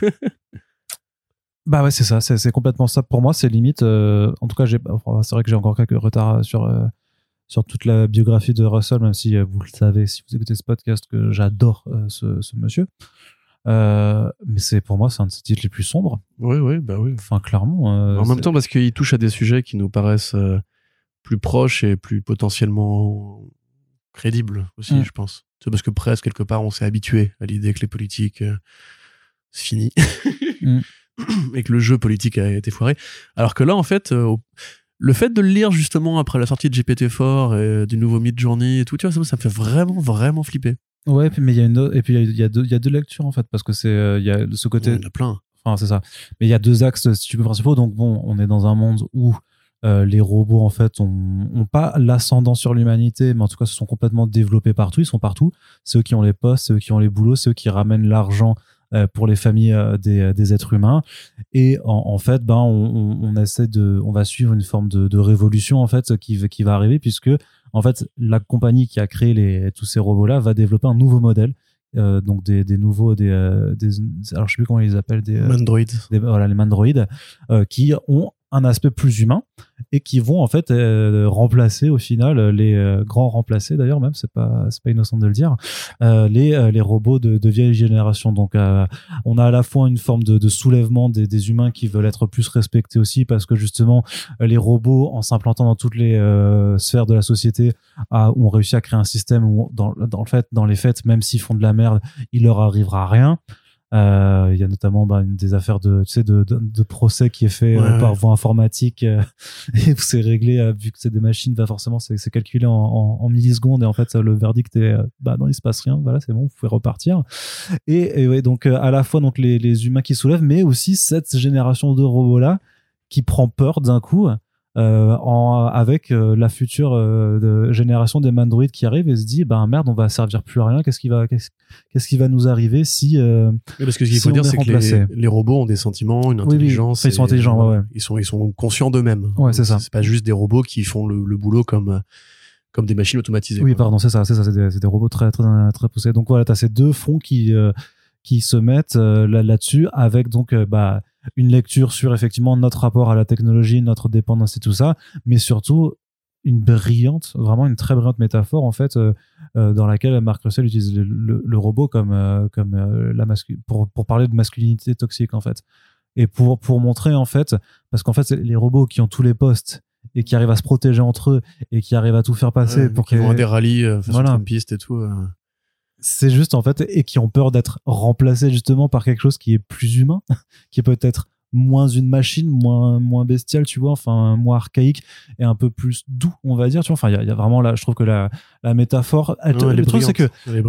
Bah ouais, c'est ça, c'est complètement ça. Pour moi, c'est limite. En tout cas, c'est vrai que j'ai encore quelques retards sur toute la biographie de Russell, même si vous le savez, si vous écoutez ce podcast, que j'adore ce monsieur. Mais pour moi, c'est un de ses titres les plus sombres. Oui, bah oui. Enfin, clairement. En même temps, parce qu'il touche à des sujets qui nous paraissent plus proches et plus potentiellement crédibles aussi, je pense. C'est parce que presque, quelque part, on s'est habitué à l'idée que les politiques, c'est fini. Et que le jeu politique a été foiré. Alors que là, en fait, le fait de le lire justement après la sortie de GPT-4 et du nouveau Midjourney et tout, tu vois, ça me fait vraiment, vraiment flipper. Ouais, mais il y a deux lectures en fait, parce que il y a ce côté. Il y en a plein. Enfin, c'est ça. Mais il y a deux axes, si tu veux, principaux. Donc bon, on est dans un monde où les robots en fait ont pas l'ascendant sur l'humanité, mais en tout cas se sont complètement développés partout. Ils sont partout. C'est eux qui ont les postes, c'est eux qui ont les boulots, c'est eux qui ramènent l'argent pour les familles des êtres humains. Et en fait, on va suivre une forme de révolution en fait qui va arriver, puisque en fait la compagnie qui a créé tous ces robots là va développer un nouveau modèle. Donc des nouveaux alors je sais plus comment ils les appellent, des mandroids. Voilà, les mandroids qui ont un aspect plus humain et qui vont en fait remplacer au final les grands remplacés, d'ailleurs, même c'est pas innocent de le dire, les robots de vieille génération. Donc on a à la fois une forme de soulèvement des humains qui veulent être plus respectés aussi, parce que justement les robots, en s'implantant dans toutes les sphères de la société, ont réussi à créer un système où dans les faits, même s'ils font de la merde, il leur arrivera rien. Il y a notamment une des affaires de procès qui est fait par voie informatique et où c'est réglé vu que c'est des machines, forcément c'est calculé en millisecondes et en fait le verdict est non, il se passe rien, voilà, c'est bon, vous pouvez repartir. Et ouais, donc à la fois donc les humains qui soulèvent, mais aussi cette génération de robots là qui prend peur d'un coup avec la future génération des mandroïdes qui arrive et se dit merde, on va servir plus à rien, qu'est-ce qui va nous arriver si parce que ce qu'il faut dire, c'est que les robots ont des sentiments, une intelligence. Oui. Ils sont intelligents, ouais. Ils sont conscients d'eux-mêmes. Ouais, c'est ça. C'est pas juste des robots qui font le boulot comme des machines automatisées. Oui, pardon, c'est ça, c'est des robots très très très poussés. Donc voilà, t'as ces deux fonds qui se mettent là-dessus avec donc une lecture sur effectivement notre rapport à la technologie, notre dépendance et tout ça, mais surtout vraiment une très brillante métaphore en fait dans laquelle Mark Russell utilise le robot comme pour parler de masculinité toxique en fait, et pour montrer en fait, parce qu'en fait c'est les robots qui ont tous les postes et qui arrivent à se protéger entre eux et qui arrivent à tout faire passer pour qu'ils vont à des rallyes façon piste et tout. C'est juste en fait, et qui ont peur d'être remplacés justement par quelque chose qui est plus humain, qui est peut-être moins une machine, moins bestiale, tu vois, enfin moins archaïque et un peu plus doux, on va dire, tu vois. Enfin, il y a vraiment là, je trouve que la métaphure, le truc c'est que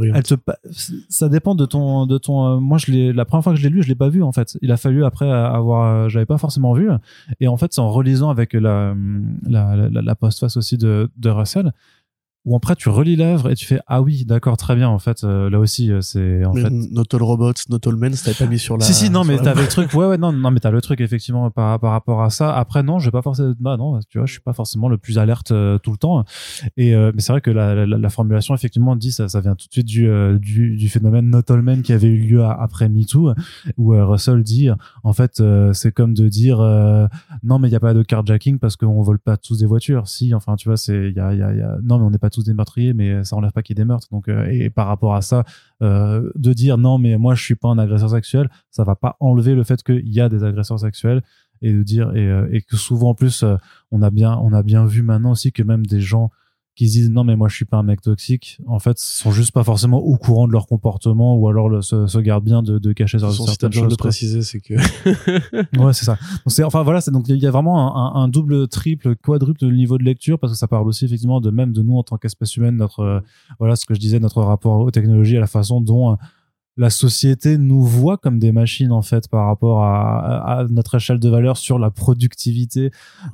ça dépend de ton. Moi, la première fois que je l'ai lu, je l'ai pas vu en fait. Il a fallu après j'avais pas forcément vu, et en fait, c'est en relisant avec la postface aussi de Russell, où après tu relis l'œuvre et tu fais ah oui, d'accord, très bien, en fait là aussi c'est en fait Not All Robots, Not All Men, ça t'avait pas mis sur la non mais t'avais le truc non mais t'as le truc effectivement par rapport à ça. Après non, je vais pas forcément non, tu vois, je suis pas forcément le plus alerte tout le temps, et mais c'est vrai que la formulation effectivement dit ça vient tout de suite du phénomène Not All Men qui avait eu lieu après MeToo, où Russell dit en fait c'est comme de dire non mais il y a pas de carjacking parce qu'on vole pas tous des voitures, si, enfin tu vois, c'est il y a non mais on n'est pas tous des meurtriers, mais ça enlève pas qu'il y ait des meurtres. Donc et par rapport à ça de dire non mais moi je suis pas un agresseur sexuel, ça va pas enlever le fait qu'il y a des agresseurs sexuels, et de dire et que souvent en plus on a bien vu maintenant aussi que même des gens qui se disent non mais moi je suis pas un mec toxique, en fait sont juste pas forcément au courant de leur comportement, ou alors se gardent bien de cacher certaines choses. De préciser, c'est que ouais, c'est ça. Donc c'est enfin voilà, c'est donc il y a vraiment un double, triple, quadruple niveau de lecture, parce que ça parle aussi effectivement de nous en tant qu'espèce humaine, notre voilà, ce que je disais, notre rapport aux technologies, à la façon dont la société nous voit comme des machines en fait par rapport à notre échelle de valeur sur la productivité,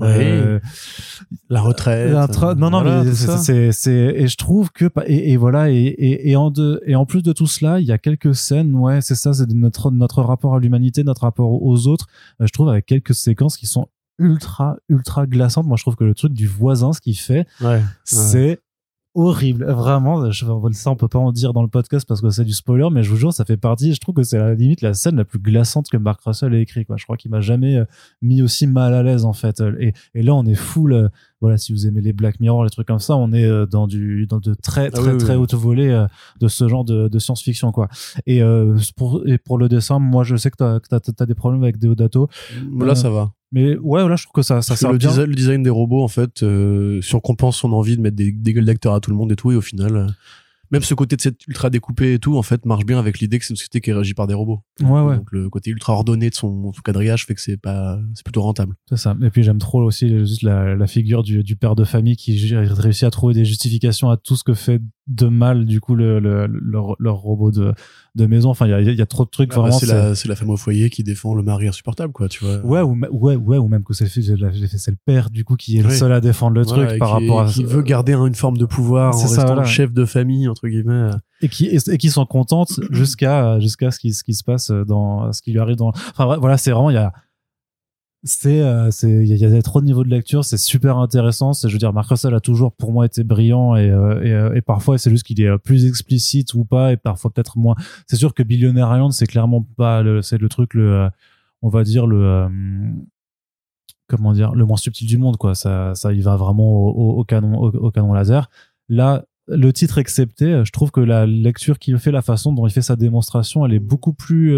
la retraite, non voilà, mais c'est et je trouve que et voilà, et en plus de tout cela, il y a quelques scènes, ouais, c'est ça, c'est de notre rapport à l'humanité, notre rapport aux autres, je trouve, avec quelques séquences qui sont ultra glaçantes. Moi je trouve que le truc du voisin, ce qu'il fait, c'est horrible, vraiment. Ça on peut pas en dire dans le podcast parce que c'est du spoiler, mais je vous jure, ça fait partie, je trouve que c'est à la limite la scène la plus glaçante que Mark Russell ait écrit, quoi. Je crois qu'il m'a jamais mis aussi mal à l'aise en fait, et là on est full voilà, si vous aimez les Black Mirror, les trucs comme ça, on est dans de très haute volée de ce genre de science-fiction, quoi. Et pour le dessin, moi je sais que t'as des problèmes avec Deodato. Là ça va. Mais ouais, là je trouve que ça sert bien. Le design des robots, en fait, si on compense son envie de mettre des gueules d'acteurs à tout le monde et tout, et au final, même ce côté de cette ultra découpé et tout, en fait, marche bien avec l'idée que c'est une société qui est régie par des robots. Ouais. Donc le côté ultra ordonné de son quadrillage fait que c'est plutôt rentable. C'est ça. Et puis j'aime trop aussi juste la figure du père de famille qui réussit à trouver des justifications à tout ce que fait de mal du coup leur robot de maison. Enfin il y a trop de trucs, vraiment. C'est la femme au foyer qui défend le mari insupportable, quoi, tu vois. Ou même que c'est le père du coup qui est le seul à défendre le truc par rapport à qui veut garder une forme de pouvoir en restant chef de famille entre guillemets, et qui sont contentes jusqu'à ce qui se passe dans ce qui lui arrive dans. Enfin voilà, c'est vraiment il y a trop de niveaux de lecture, c'est super intéressant. Je veux dire, Mark Russell a toujours pour moi été brillant, et parfois c'est juste qu'il est plus explicite ou pas, et parfois peut-être moins. C'est sûr que Billionaire Island, c'est clairement pas c'est le truc on va dire comment dire, le moins subtil du monde, quoi. Ça il va vraiment au canon laser. Là, le titre excepté, je trouve que la lecture qu'il fait, la façon dont il fait sa démonstration, elle est beaucoup plus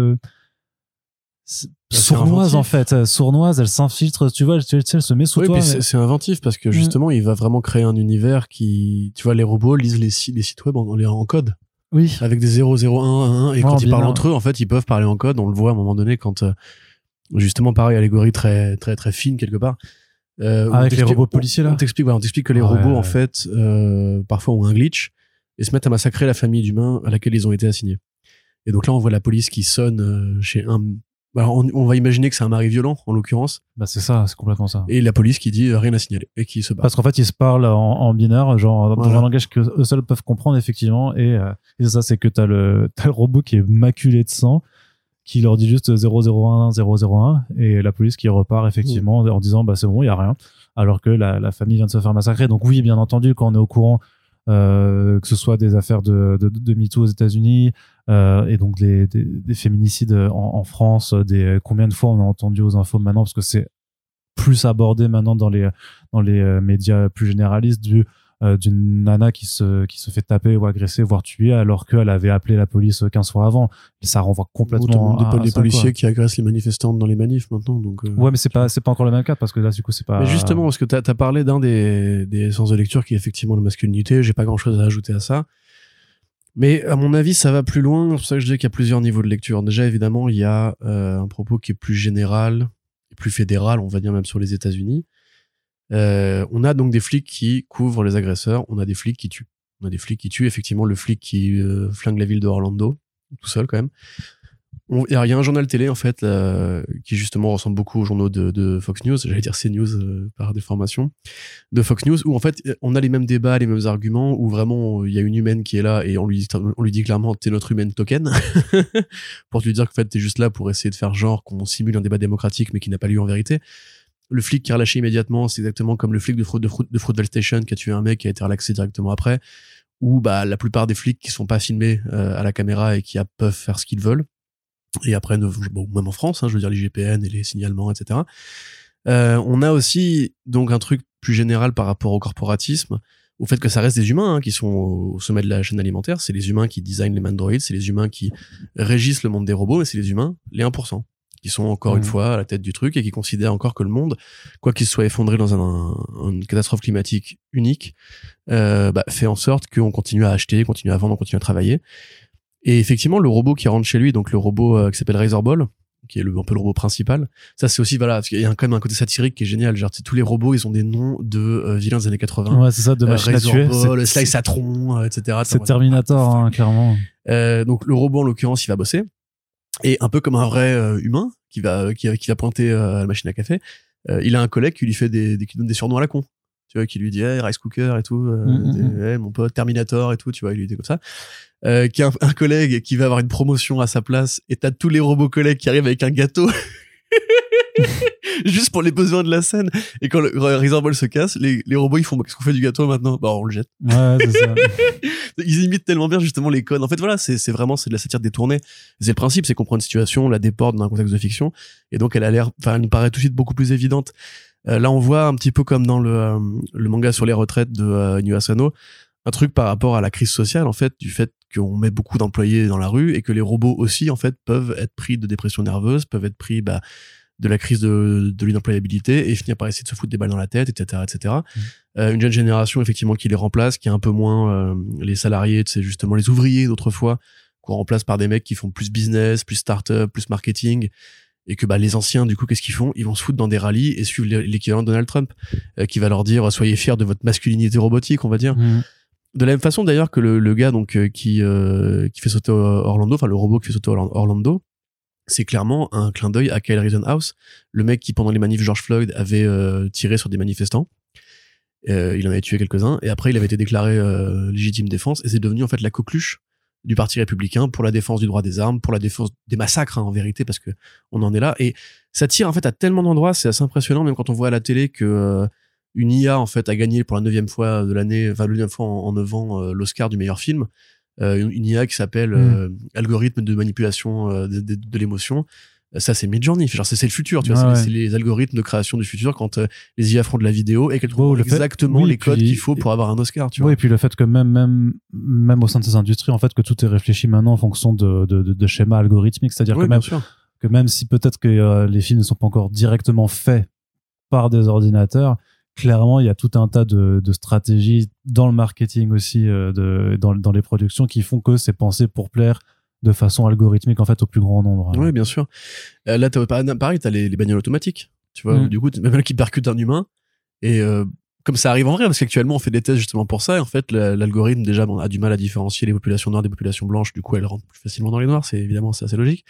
sournoise en fait, sournoise, elle s'infiltre, tu vois, elle se met sous toi. Oui, c'est inventif parce que justement il va vraiment créer un univers qui, tu vois, les robots lisent les sites web en code. Oui. avec des 0, 0, 1, 1, et quand ils parlent entre eux, en fait, ils peuvent parler en code. On le voit à un moment donné quand, justement, pareil, allégorie très, très, très fine quelque part. Avec les robots policiers là. On t'explique que les robots, en fait, parfois ont un glitch et se mettent à massacrer la famille d'humains à laquelle ils ont été assignés. Et donc là, on voit la police qui sonne chez un. Alors on va imaginer que c'est un mari violent, en l'occurrence. Bah c'est ça, c'est complètement ça. Et la police qui dit rien à signaler et qui se bat. Parce qu'en fait, ils se parlent en binaire, genre dans un langage que eux seuls peuvent comprendre effectivement. Et c'est ça, c'est que t'as le robot qui est maculé de sang, qui leur dit juste 001 001 et la police qui repart effectivement en disant bah c'est bon, il y a rien, alors que la famille vient de se faire massacrer. Donc oui, bien entendu, quand on est au courant que ce soit des affaires de MeToo aux États-Unis et donc des féminicides en France, combien de fois on a entendu aux infos maintenant, parce que c'est plus abordé maintenant dans les médias plus généralistes d'une nana qui se fait taper ou agresser voire tuer alors qu'elle avait appelé la police 15 fois avant. Et ça renvoie complètement des policiers qui agressent les manifestantes dans les manifs maintenant, donc ouais, mais c'est pas encore le même cas, parce que là du coup c'est pas. Mais justement, parce que t'as parlé d'un des sens de lecture qui est effectivement la masculinité, j'ai pas grand chose à ajouter à ça, mais à mon avis ça va plus loin. C'est pour ça que je dis qu'il y a plusieurs niveaux de lecture. Déjà évidemment il y a un propos qui est plus général, plus fédéral, on va dire, même sur les États-Unis. On a donc des flics qui couvrent les agresseurs, on a des flics qui tuent. On a des flics qui tuent, effectivement, le flic qui flingue la ville de Orlando, tout seul quand même. Il y a un journal télé, en fait, qui justement ressemble beaucoup aux journaux de Fox News, j'allais dire CNews par déformation, de Fox News, où en fait, on a les mêmes débats, les mêmes arguments, où vraiment, il y a une humaine qui est là et on lui dit clairement, t'es notre humaine token, pour lui dire qu'en fait, t'es juste là pour essayer de faire genre qu'on simule un débat démocratique, mais qui n'a pas lieu en vérité. Le flic qui est relâché immédiatement, c'est exactement comme le flic de Fruitvale Station qui a tué un mec qui a été relaxé directement après, ou bah la plupart des flics qui sont pas filmés à la caméra et qui peuvent faire ce qu'ils veulent. Et après, même en France, je veux dire les GPN et les signalements, etc. On a aussi donc un truc plus général par rapport au corporatisme, au fait que ça reste des humains qui sont au sommet de la chaîne alimentaire. C'est les humains qui designent les mandroids, c'est les humains qui régissent le monde des robots, mais c'est les humains, les 1%. Qui sont encore une fois à la tête du truc et qui considèrent encore que le monde, quoi qu'il soit effondré dans une catastrophe climatique unique, fait en sorte qu'on continue à acheter, continue à vendre, on continue à travailler. Et effectivement, le robot qui rentre chez lui, donc le robot qui s'appelle Razorball, qui est un peu le robot principal, ça c'est aussi, voilà, parce qu'il y a quand même un côté satirique qui est génial. Genre, tous les robots, ils ont des noms de vilains des années 80. Ouais, c'est ça, de machines à tuer. Slice-Atron, etc. C'est Terminator, clairement. Donc le robot, en l'occurrence, il va bosser. Et un peu comme un vrai humain qui va pointer à la machine à café, il a un collègue qui lui fait qui donne des surnoms à la con, tu vois, qui lui dit hey, rice cooker et tout, hey, mon pote Terminator et tout, tu vois, il lui dit comme ça. Qui a un collègue qui va avoir une promotion à sa place, et t'as tous les robots collègues qui arrivent avec un gâteau juste pour les besoins de la scène. Et quand le Razorball se casse, les robots ils font qu'est-ce qu'on fait du gâteau maintenant? Bah on le jette. Ouais, c'est ça. Ils imitent tellement bien justement les codes. En fait voilà, c'est vraiment de la satire détournée. C'est le principe, c'est qu'on prend une situation, on la déporte dans un contexte de fiction, et donc elle nous paraît tout de suite beaucoup plus évidente. Là on voit un petit peu comme dans le manga sur les retraites de Inu Asano, un truc par rapport à la crise sociale, en fait, du fait qu'on met beaucoup d'employés dans la rue et que les robots aussi en fait peuvent être pris de dépression nerveuse, peuvent être pris de la crise de l'inemployabilité et finir par essayer de se foutre des balles dans la tête, etc., etc. Une jeune génération, effectivement, qui les remplace, qui est un peu moins les salariés, c'est justement les ouvriers d'autrefois, qu'on remplace par des mecs qui font plus business, plus start-up, plus marketing, et que les anciens, du coup, qu'est-ce qu'ils font? Ils vont se foutre dans des rallyes et suivre l'équivalent de Donald Trump, qui va leur dire soyez fiers de votre masculinité robotique, on va dire. De la même façon d'ailleurs que le gars donc qui fait sauter Orlando, enfin le robot qui fait sauter Orlando, c'est clairement un clin d'œil à Kyle Rittenhouse, le mec qui pendant les manifs George Floyd avait tiré sur des manifestants. Il en avait tué quelques-uns et après il avait été déclaré légitime défense et c'est devenu en fait la coqueluche du parti républicain pour la défense du droit des armes, pour la défense des massacres en vérité, parce que on en est là et ça tire en fait à tellement d'endroits, c'est assez impressionnant même quand on voit à la télé que une IA en fait a gagné pour la 9e fois de l'année, enfin la 9e fois en 9 ans l'Oscar du meilleur film. Une IA qui s'appelle algorithme de manipulation de l'émotion. Ça c'est Midjourney, genre c'est le futur, tu vois, c'est les algorithmes de création du futur quand les IA feront de la vidéo et qu'elles trouvent exactement les codes qu'il faut pour avoir un Oscar, tu vois. Et puis le fait que même au sein de ces industries en fait que tout est réfléchi maintenant en fonction de schémas algorithmiques, c'est-à-dire que même si peut-être que les films ne sont pas encore directement faits par des ordinateurs, clairement, il y a tout un tas de stratégies dans le marketing aussi, dans les productions qui font que c'est pensé pour plaire de façon algorithmique en fait au plus grand nombre. Oui, bien sûr. Là, pareil, t'as les bagnoles automatiques. Tu vois, du coup, même qui percute un humain. Et comme ça arrive en vrai, parce qu'actuellement on fait des tests justement pour ça, et en fait l'algorithme déjà a du mal à différencier les populations noires des populations blanches, du coup elles rentrent plus facilement dans les noirs, c'est assez logique.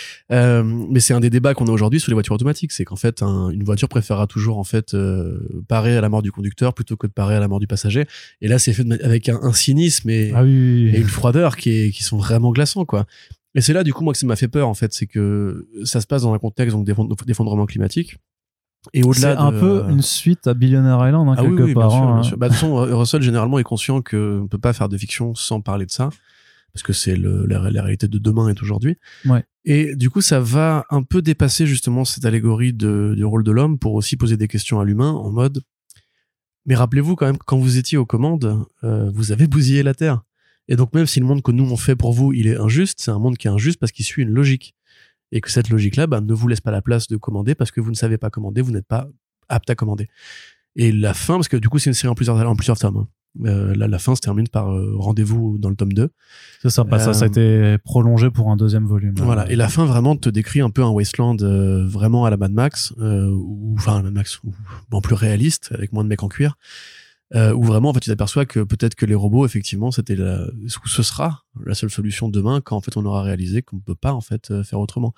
Mais c'est un des débats qu'on a aujourd'hui sur les voitures automatiques, c'est qu'en fait une voiture préférera toujours en fait parer à la mort du conducteur plutôt que de parer à la mort du passager. Et là c'est fait avec un cynisme et une froideur qui sont vraiment glaçants, quoi. Et c'est là du coup moi que ça m'a fait peur en fait, c'est que ça se passe dans un contexte donc d'effondrement climatique. Et au-delà c'est un peu une suite à Billionaire Island, hein, quelque part. Bien sûr. Bah, de toute façon, Russell, généralement, est conscient qu'on ne peut pas faire de fiction sans parler de ça, parce que c'est la réalité de demain et d'aujourd'hui. Ouais. Et du coup, ça va un peu dépasser justement cette allégorie du rôle de l'homme pour aussi poser des questions à l'humain en mode, mais rappelez-vous quand même, quand vous étiez aux commandes, vous avez bousillé la Terre. Et donc, même si le monde que nous on fait pour vous, il est injuste, c'est un monde qui est injuste parce qu'il suit une logique. Et que cette logique-là, ne vous laisse pas la place de commander parce que vous ne savez pas commander, vous n'êtes pas apte à commander. Et la fin, parce que du coup, c'est une série en plusieurs tomes. Hein. La fin se termine par rendez-vous dans le tome 2. C'est ça, ça a été prolongé pour un deuxième volume. Voilà. Et la fin vraiment te décrit un peu un wasteland vraiment à la Mad Max, Mad Max, en plus réaliste, avec moins de mecs en cuir. Où vraiment en fait tu t'aperçois que peut-être que les robots effectivement ce sera la seule solution demain, quand en fait on aura réalisé qu'on peut pas en fait faire autrement.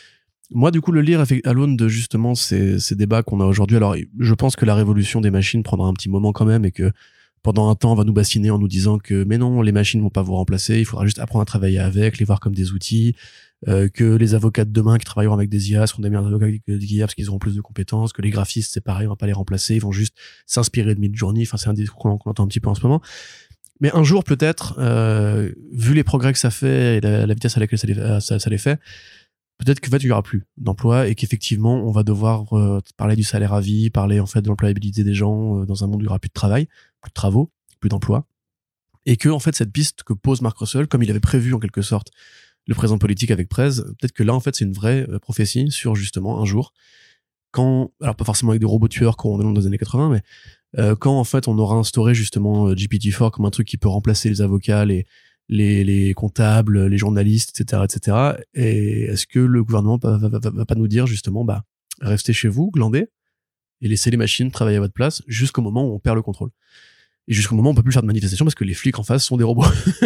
Moi du coup le lire à l'aune de justement ces débats qu'on a aujourd'hui, alors je pense que la révolution des machines prendra un petit moment quand même, et que pendant un temps on va nous bassiner en nous disant que mais non, les machines vont pas vous remplacer, il faudra juste apprendre à travailler avec, les voir comme des outils, que les avocats de demain qui travailleront avec des IA seront des meilleurs avocats que des IA parce qu'ils auront plus de compétences, que les graphistes c'est pareil, on va pas les remplacer, ils vont juste s'inspirer de Midjourney, enfin c'est un discours qu'on entend un petit peu en ce moment. Mais un jour peut-être, vu les progrès que ça fait et la vitesse à laquelle ça les fait, peut-être qu'en fait il y aura plus d'emploi et qu'effectivement on va devoir parler du salaire à vie, parler en fait de l'employabilité des gens dans un monde où il y aura plus de travail, plus de travaux, plus d'emplois, et que en fait cette piste que pose Mark Russell, comme il avait prévu en quelque sorte le présent politique avec Prez, peut-être que là en fait c'est une vraie prophétie sur justement un jour, quand, alors pas forcément avec des robots tueurs comme on est dans les années 80, mais quand en fait on aura instauré justement GPT-4 comme un truc qui peut remplacer les avocats, les comptables, les journalistes, etc. Et est-ce que le gouvernement va pas nous dire justement, restez chez vous, glandez, et laissez les machines travailler à votre place jusqu'au moment où on perd le contrôle. Et jusqu'au moment où on peut plus faire de manifestation parce que les flics en face sont des robots.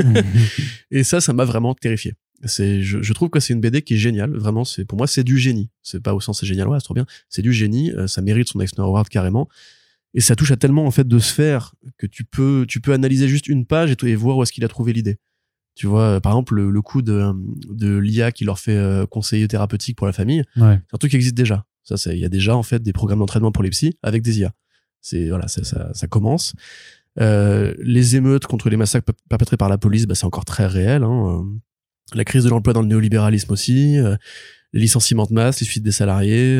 Et ça m'a vraiment terrifié. Je trouve que c'est une BD qui est géniale. Vraiment, pour moi, c'est du génie. C'est pas au sens c'est génial, ouais, c'est trop bien. C'est du génie. Ça mérite son Eisner Award carrément. Et ça touche à tellement, en fait, de sphères que tu peux analyser juste une page et voir où est-ce qu'il a trouvé l'idée. Tu vois, par exemple, le coup de l'IA qui leur fait conseiller thérapeutique pour la famille. Ouais. C'est un truc qui existe déjà. Il y a déjà, en fait, des programmes d'entraînement pour les psys avec des IA. Ça commence. Les émeutes contre les massacres perpétrés par la police, c'est encore très réel, hein. La crise de l'emploi dans le néolibéralisme aussi, les licenciements de masse, les fuites des salariés,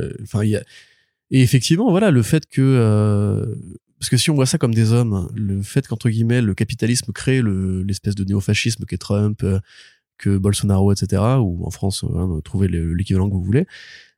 et effectivement voilà le fait que parce que si on voit ça comme des hommes, le fait qu'entre guillemets le capitalisme crée l'espèce de néofascisme qu'est Trump, que Bolsonaro, etc., ou en France trouvez l'équivalent que vous voulez,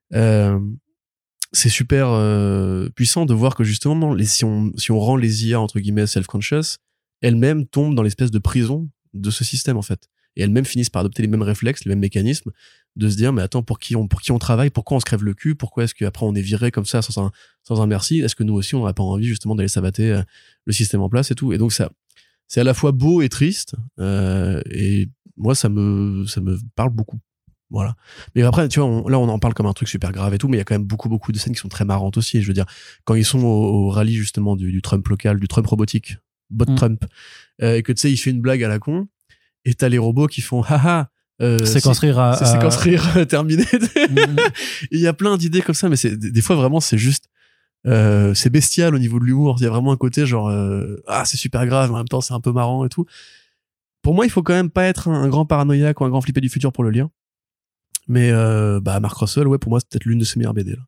c'est super puissant de voir que justement si on rend les IA entre guillemets self-conscious, elles-mêmes tombent dans l'espèce de prison de ce système en fait, et elles-mêmes finissent par adopter les mêmes réflexes, les mêmes mécanismes, de se dire mais attends, pour qui on travaille, pourquoi on se crève le cul, pourquoi est-ce qu'après on est viré comme ça sans un merci, est-ce que nous aussi on n'aurait pas envie justement d'aller savater le système en place et tout. Et donc ça c'est à la fois beau et triste, et moi ça me parle beaucoup. Voilà. Mais après, tu vois, là, on en parle comme un truc super grave et tout, mais il y a quand même beaucoup de scènes qui sont très marrantes aussi. Je veux dire, quand ils sont au rallye, justement, du Trump local, du Trump robotique, bot Trump, et que, tu sais, il fait une blague à la con, et t'as les robots qui font, haha, séquence rire terminé. Il y a plein d'idées comme ça, mais des fois, vraiment, c'est juste, c'est bestial au niveau de l'humour. Il y a vraiment un côté genre, c'est super grave, mais en même temps, c'est un peu marrant et tout. Pour moi, il faut quand même pas être un grand paranoïaque ou un grand flippé du futur pour le lire. Mais Mark Russell, ouais, pour moi, c'est peut-être l'une de ses meilleures BD là.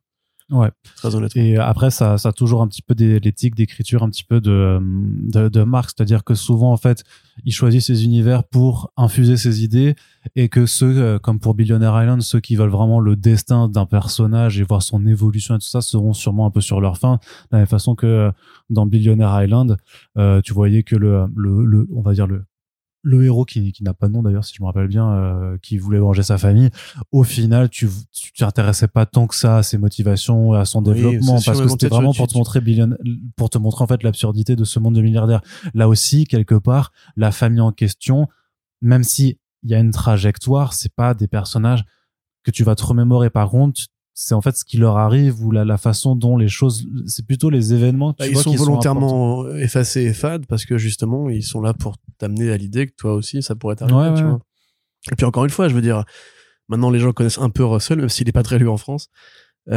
Ouais. Très honnêtement. Et après, ça a toujours un petit peu l'éthique d'écriture, un petit peu de marque. C'est-à-dire que souvent, en fait, il choisit ses univers pour infuser ses idées et que ceux, comme pour Billionaire Island, ceux qui veulent vraiment le destin d'un personnage et voir son évolution et tout ça seront sûrement un peu sur leur fin. De la même façon que dans Billionaire Island, tu voyais que on va dire le héros qui n'a pas de nom d'ailleurs, si je me rappelle bien, qui voulait venger sa famille, au final, tu t'intéressais pas tant que ça à ses motivations, à son développement, parce que c'était vraiment pour te montrer pour te montrer en fait l'absurdité de ce monde de milliardaires. Là aussi, quelque part, la famille en question, même si il y a une trajectoire, c'est pas des personnages que tu vas te remémorer. Par contre, c'est en fait ce qui leur arrive ou la façon dont les choses, c'est plutôt les événements ils sont volontairement effacés et fades parce que justement ils sont là pour t'amener à l'idée que toi aussi ça pourrait t'arriver, tu vois. Et puis encore une fois, je veux dire, maintenant les gens connaissent un peu Russell, même s'il est pas très lu en France. Tu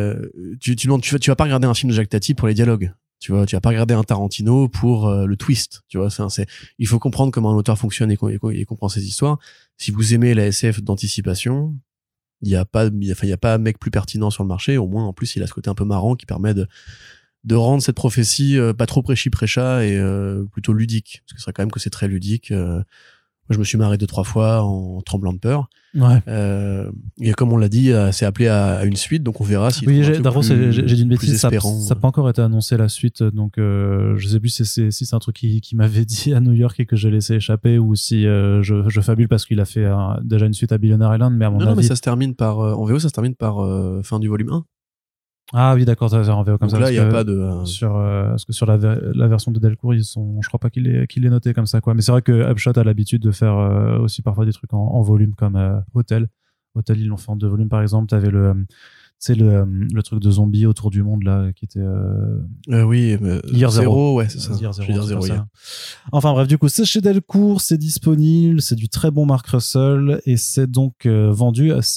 vas pas regarder un film de Jacques Tati pour les dialogues, tu vois, tu vas pas regarder un Tarantino pour le twist, tu vois. Il faut comprendre comment un auteur fonctionne et comprend ses histoires. Si vous aimez la SF d'anticipation, il y a pas un mec plus pertinent sur le marché. Au moins, en plus, il a ce côté un peu marrant qui permet de rendre cette prophétie pas trop prêchi-prêcha et plutôt ludique. Parce que c'est vrai quand même que c'est très ludique. Moi, je me suis marré 2-3 fois en tremblant de peur. Ouais. Et comme on l'a dit, c'est appelé à une suite, donc on verra si. Oui, d'abord, j'ai dit une bêtise, ça n'a pas encore été annoncé la suite, donc je sais plus si c'est un truc qui m'avait dit à New York et que j'ai laissé échapper, ou si je fabule parce qu'il a fait déjà une suite à Billionaire Island, mais à mon avis. Non, mais ça se termine par, en VO, ça se termine par fin du volume 1. Ah oui, d'accord, ça en VO comme donc ça. Là, il n'y a pas de. Parce que sur la version de Delcourt, je crois pas qu'il est noté comme ça, quoi. Mais c'est vrai que Upshot a l'habitude de faire aussi parfois des trucs en volume, comme Hotel. Hotel, ils l'ont fait en 2 volumes, par exemple. T'avais le truc de zombies autour du monde, là, qui était. Oui, Year Zero, ouais, c'est ça. Year Zero, yeah. Enfin bref, du coup, c'est chez Delcourt, c'est disponible, c'est du très bon Mark Russell et c'est donc vendu à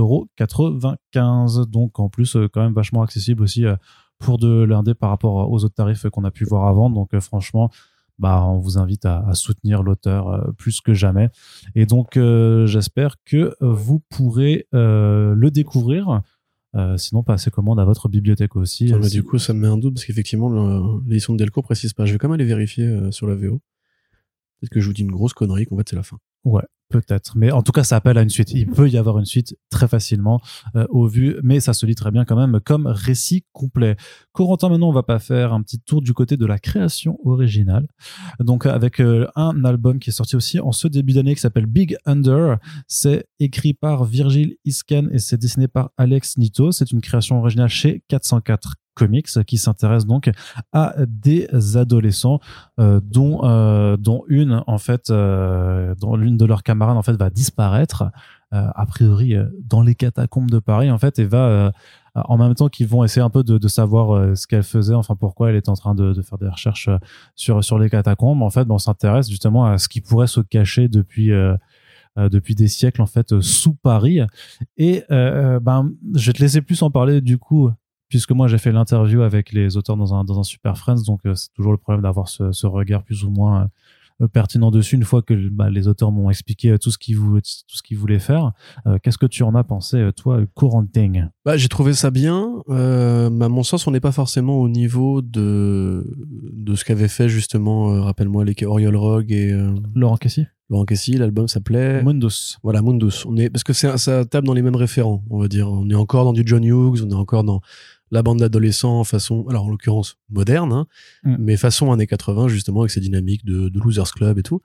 16,95 €. Donc en plus, quand même vachement accessible aussi pour de l'indé par rapport aux autres tarifs qu'on a pu voir avant. Donc franchement, on vous invite à soutenir l'auteur plus que jamais. Et donc j'espère que vous pourrez le découvrir. Sinon, passez commande à votre bibliothèque aussi. Mais du coup, ça me met un doute parce qu'effectivement, l'édition de Delcourt précise pas. Je vais quand même aller vérifier sur la VO. Peut-être que je vous dis une grosse connerie qu'en fait c'est la fin. Ouais, peut-être. Mais en tout cas, ça appelle à une suite. Il peut y avoir une suite très facilement au vu, mais ça se lit très bien quand même comme récit complet. Corentin, maintenant, on va pas faire un petit tour du côté de la création originale. Donc, avec un album qui est sorti aussi en ce début d'année qui s'appelle Big Under. C'est écrit par Virgil Isken et c'est dessiné par Alex Nito. C'est une création originale chez 404 Comics qui s'intéresse donc à des adolescents dont une en fait dont l'une de leurs camarades en fait va disparaître a priori dans les catacombes de Paris en fait et va en même temps qu'ils vont essayer un peu de savoir ce qu'elle faisait, enfin pourquoi elle est en train de faire des recherches sur les catacombes. En fait, on s'intéresse justement à ce qui pourrait se cacher depuis des siècles en fait sous Paris. Et je vais te laisser plus en parler du coup, puisque moi j'ai fait l'interview avec les auteurs dans un Super Friends, donc c'est toujours le problème d'avoir ce regard plus ou moins pertinent dessus une fois que les auteurs m'ont expliqué tout ce qu'ils voulaient faire. Qu'est-ce que tu en as pensé, toi, Corentin? J'ai trouvé ça bien. À mon sens, on n'est pas forcément au niveau de ce qu'avait fait justement, rappelle-moi, les Oriol Rogue et Laurent Kessy. L'album s'appelait Mundus. Voilà, Mundus. Parce que ça tape dans les mêmes référents, on va dire. On est encore dans du John Hughes, on est encore dans la bande d'adolescents façon, alors en l'occurrence moderne, mais façon années 80 justement, avec ces dynamiques de Losers Club et tout.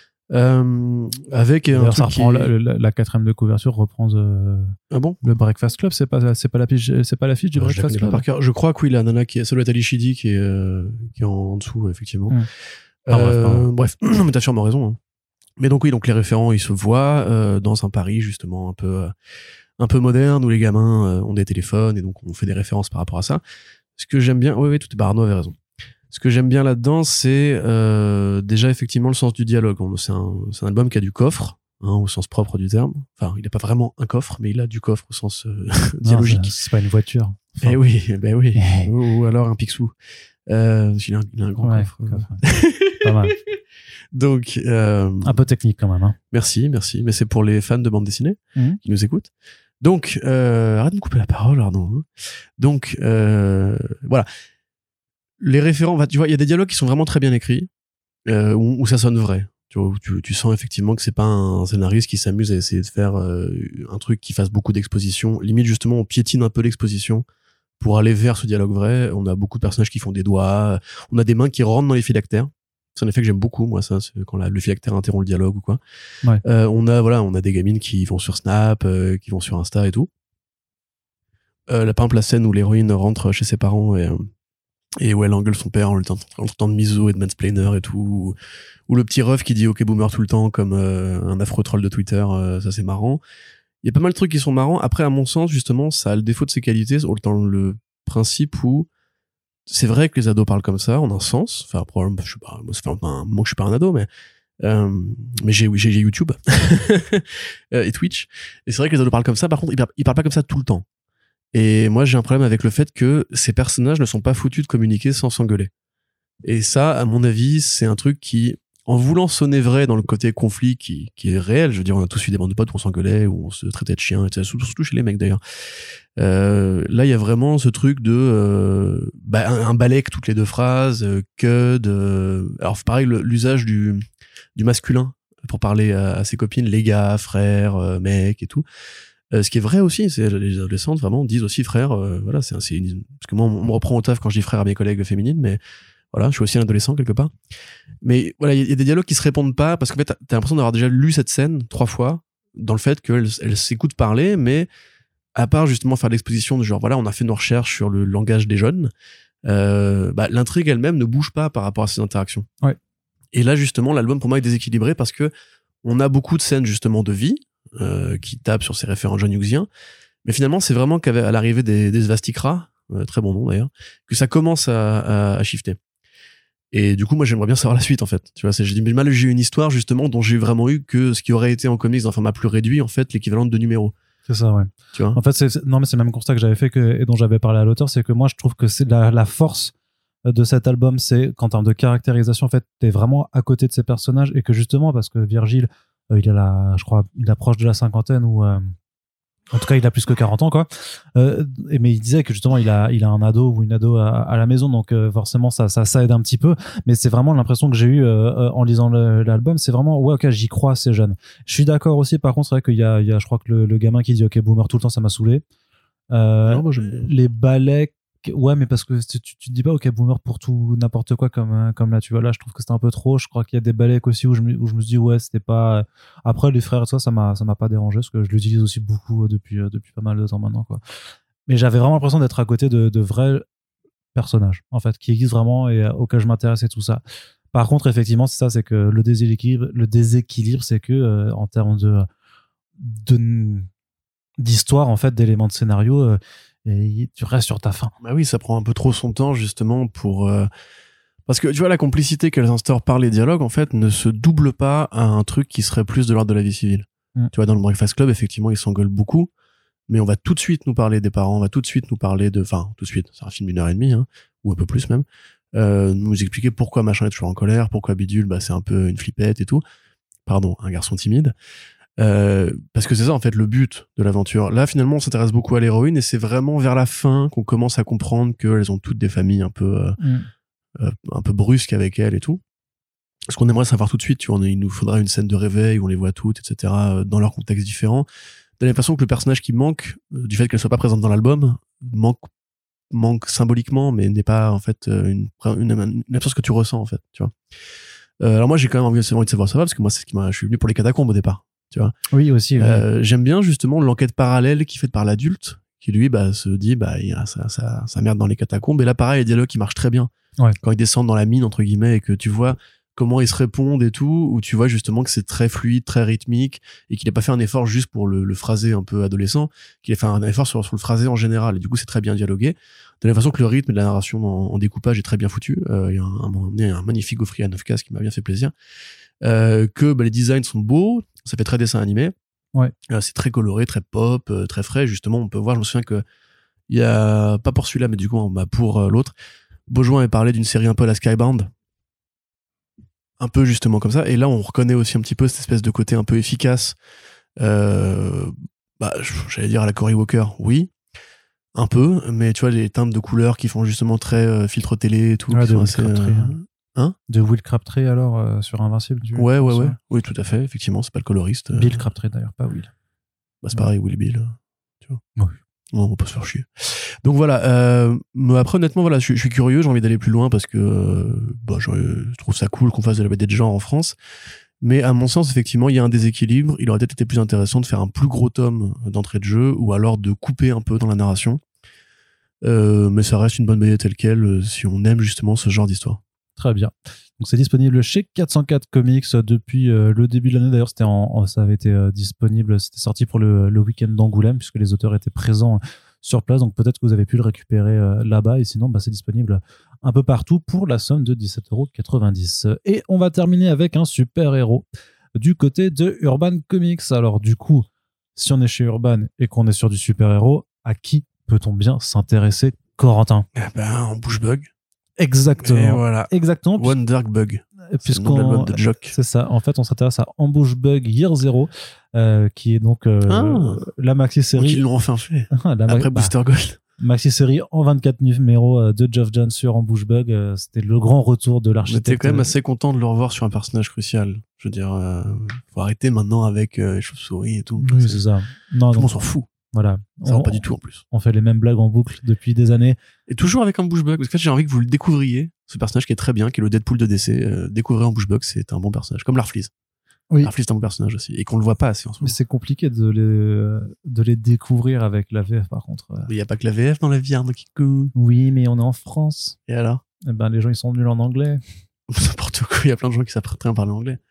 Avec un truc reprend la 4e de couverture reprend le Breakfast Club. C'est pas l'affiche du Breakfast Club. Par cœur. Je crois que oui, la nana ça doit être Ali Chidi qui est en dessous effectivement. Bref, mais t'as sûrement raison. Hein. Mais donc oui, donc les référents ils se voient dans un Paris justement un peu moderne où les gamins ont des téléphones et donc on fait des références par rapport à ça. Ce que j'aime bien, oui, tout Arnaud avait raison. Ce que j'aime bien là-dedans, c'est déjà effectivement le sens du dialogue. C'est un album qui a du coffre, au sens propre du terme. Enfin, il n'a pas vraiment un coffre, mais il a du coffre au sens dialogique. C'est pas une voiture. Enfin, oui. ou alors un Picsou. Il a un grand coffre. Pas mal. Donc un peu technique quand même. Hein. Merci. Mais c'est pour les fans de bande dessinée qui nous écoutent. Donc, arrête de me couper la parole, Arnaud. Hein. Donc, voilà. Les référents, tu vois, il y a des dialogues qui sont vraiment très bien écrits, où ça sonne vrai. Tu vois, tu sens effectivement que c'est pas un scénariste qui s'amuse à essayer de faire un truc qui fasse beaucoup d'exposition. Limite, justement, on piétine un peu l'exposition pour aller vers ce dialogue vrai. On a beaucoup de personnages qui font des doigts. On a des mains qui rentrent dans les phylactères. C'est un effet que j'aime beaucoup, moi, ça, c'est quand le phylactère interrompt le dialogue ou quoi. Ouais. On a des gamines qui vont sur Snap, qui vont sur Insta et tout. Par exemple, la scène où l'héroïne rentre chez ses parents et où elle engueule son père en le temps de miso et de mansplainer et tout, ou le petit ref qui dit OK boomer tout le temps comme un affreux troll de Twitter, ça c'est marrant. Il y a pas mal de trucs qui sont marrants. Après, à mon sens, justement, ça a le défaut de ses qualités, dans le principe où c'est vrai que les ados parlent comme ça, en un sens. Enfin, probablement, je sais pas, moi, ça fait un moment que je suis pas un ado, mais j'ai YouTube et Twitch. Et c'est vrai que les ados parlent comme ça. Par contre, ils parlent pas comme ça tout le temps. Et moi, j'ai un problème avec le fait que ces personnages ne sont pas foutus de communiquer sans s'engueuler. Et ça, à mon avis, c'est un truc qui, en voulant sonner vrai dans le côté conflit qui est réel, je veux dire, on a tous eu des bandes de potes où on s'engueulait, où on se traitait de chien, etc. Surtout chez les mecs d'ailleurs. Là, il y a vraiment ce truc de un balèque toutes les deux phrases, alors pareil, l'usage du masculin pour parler à ses copines, les gars, frères, mecs et tout. Ce qui est vrai aussi, c'est les adolescentes vraiment disent aussi frère, voilà, parce que moi on me reprend au taf quand je dis frère à mes collègues féminines, mais voilà, je suis aussi un adolescent quelque part. Mais voilà, il y a des dialogues qui se répondent pas parce qu'en fait t'as l'impression d'avoir déjà lu cette scène 3 fois dans le fait qu'elle s'écoute parler, mais à part justement faire l'exposition de genre voilà, on a fait nos recherches sur le langage des jeunes, l'intrigue elle-même ne bouge pas par rapport à ces interactions. Ouais. Et là justement l'album pour moi est déséquilibré parce que on a beaucoup de scènes justement de vie qui tapent sur ces référents John Hughesiens, mais finalement c'est vraiment qu'à l'arrivée des Svastikra, très bon nom d'ailleurs, que ça commence à shifter. Et du coup moi j'aimerais bien savoir la suite en fait, tu vois, j'ai eu une histoire justement dont j'ai vraiment eu que ce qui aurait été en comics dans un format plus réduit, en fait l'équivalent de 2 numéros. C'est ça, ouais. Tu vois, en fait non mais c'est le même constat que j'avais fait et dont j'avais parlé à l'auteur, c'est que moi je trouve que c'est la force de cet album, c'est qu'en termes de caractérisation en fait t'es vraiment à côté de ces personnages, et que justement parce que Virgile je crois il approche de la cinquantaine, ou en tout cas il a plus que 40 ans quoi, mais il disait que justement il a un ado ou une ado à la maison, donc forcément ça aide un petit peu, mais c'est vraiment l'impression que j'ai eu en lisant l'album, c'est vraiment ouais ok, j'y crois, c'est jeune. Je suis d'accord aussi, par contre c'est vrai qu'il y a je crois que le gamin qui dit ok boomer tout le temps, ça m'a saoulé. non, moi, les balais, ouais, mais parce que tu te dis pas ok boomer pour tout n'importe quoi, comme là tu vois, là je trouve que c'était un peu trop. Je crois qu'il y a des balecs aussi où je me suis dit ouais c'était pas. Après les frères et tout ça m'a pas dérangé parce que je l'utilise aussi beaucoup depuis pas mal de temps maintenant quoi. Mais j'avais vraiment l'impression d'être à côté de vrais personnages en fait qui existent vraiment et auxquels je m'intéresse et tout ça. Par contre effectivement c'est ça, c'est que le déséquilibre c'est que en termes d'histoire en fait, d'éléments de scénario, et tu restes sur ta faim. Bah oui, ça prend un peu trop son temps justement pour parce que tu vois la complicité qu'elles instaurent par les dialogues en fait ne se double pas à un truc qui serait plus de l'ordre de la vie civile. Tu vois, dans le Breakfast Club effectivement ils s'engueulent beaucoup, mais on va tout de suite nous parler des parents, on va tout de suite nous parler tout de suite, c'est un film d'1h30 hein, ou un peu plus même, nous expliquer pourquoi machin est toujours en colère, pourquoi bidule c'est un peu une flippette et tout, pardon, un garçon timide. Parce que c'est ça en fait le but de l'aventure. Là finalement on s'intéresse beaucoup à l'héroïne et c'est vraiment vers la fin qu'on commence à comprendre qu'elles ont toutes des familles un peu brusques avec elles et tout. Ce qu'on aimerait savoir tout de suite, tu vois, il nous faudra une scène de réveil où on les voit toutes, etc. Dans leur contexte différent. T'as l'impression que le personnage qui manque, du fait qu'elle soit pas présente dans l'album, manque symboliquement, mais n'est pas en fait une absence que tu ressens en fait, tu vois. Alors moi j'ai quand même envie de savoir ça, parce que moi c'est ce qui je suis venu pour les catacombes au départ. Tu vois. Oui aussi. Oui. J'aime bien justement l'enquête parallèle qui est faite par l'adulte, qui lui se dit il y a ça merde dans les catacombes. Et là pareil, les dialogues qui marchent très bien. Ouais. Quand ils descendent dans la mine entre guillemets et que tu vois comment ils se répondent et tout, où tu vois justement que c'est très fluide, très rythmique, et qu'il n'a pas fait un effort juste pour le phrasé un peu adolescent, qu'il a fait un effort sur le phrasé en général. Et du coup c'est très bien dialogué. De la façon que le rythme de la narration en découpage est très bien foutu. Il y a un magnifique gaufrier à 9 cases qui m'a bien fait plaisir. Que les designs sont beaux, ça fait très dessin animé. Ouais. C'est très coloré, très pop, très frais. Justement, on peut voir, je me souviens que il y a, pas pour celui-là, mais du coup, pour l'autre, Beaujoin avait parlé d'une série un peu à la Skybound. Un peu justement comme ça. Et là, on reconnaît aussi un petit peu cette espèce de côté un peu efficace, Bah, j'allais dire à la Cory Walker, oui. Un peu, mais tu vois, les teintes de couleurs qui font justement très filtre télé et tout. Ouais, qui de sont Will assez, Crabtree. Hein? De Will Crabtree, alors, sur Invincible, tu Ouais. penses, Oui, tout à fait, effectivement, c'est pas le coloriste. Bill Crabtree, d'ailleurs, pas Will. Bah, c'est pareil, Will Bill. Tu vois. Oui. Non, on va pas se faire chier. Donc voilà, mais après, honnêtement, voilà, je suis curieux, j'ai envie d'aller plus loin parce que bah, je trouve ça cool qu'on fasse de la BD de genre en France. Mais à mon sens, effectivement, il y a un déséquilibre. Il aurait peut-être été plus intéressant de faire un plus gros tome d'entrée de jeu ou alors de couper un peu dans la narration. Mais ça reste une bonne BD telle quelle si on aime justement ce genre d'histoire. Très bien. Donc c'est disponible chez 404 Comics depuis le début de l'année. D'ailleurs, ça avait été disponible, c'était sorti pour le week-end d'Angoulême puisque les auteurs étaient présents sur place. Donc peut-être que vous avez pu le récupérer là-bas. Et sinon, c'est disponible un peu partout pour la somme de 17,90 €. Et on va terminer avec un super-héros du côté de Urban Comics. Alors du coup, si on est chez Urban et qu'on est sur du super-héros, à qui peut-on bien s'intéresser, Corentin? En Bushbug. Exactement. Et voilà. Exactement. Wonder Bug. C'est le nom de l'album de Jock. C'est ça. En fait, on s'intéresse à Ambush Bug Year Zero, qui est donc la maxi-série. Donc ils l'ont enfin fait. Après Booster Gold. Maxi-série en 24 numéros de Geoff Johns sur Ambush Bug. C'était le grand retour de l'architecte. J'étais quand même assez content de le revoir sur un personnage crucial. Je veux dire, faut arrêter maintenant avec les chauves-souris et tout. Oui, c'est ça. Non, tout le monde s'en fout. Voilà. Ça va pas du tout en plus. On fait les mêmes blagues en boucle depuis des années. Et toujours avec un Bushbug, parce que j'ai envie que vous le découvriez, ce personnage qui est très bien, qui est le Deadpool de DC. Découvrez un Bushbug, c'est un bon personnage. Comme Larfleeze. Oui. Larfleeze est un bon personnage aussi. Et qu'on le voit pas assez en ce moment. Mais c'est compliqué de les découvrir avec la VF par contre. Mais il n'y a pas que la VF dans la vie, Arnaud Kikou. Oui, mais on est en France. Et alors? Eh ben, les gens ils sont nuls en anglais. N'importe quoi, il y a plein de gens qui savent très bien parler anglais.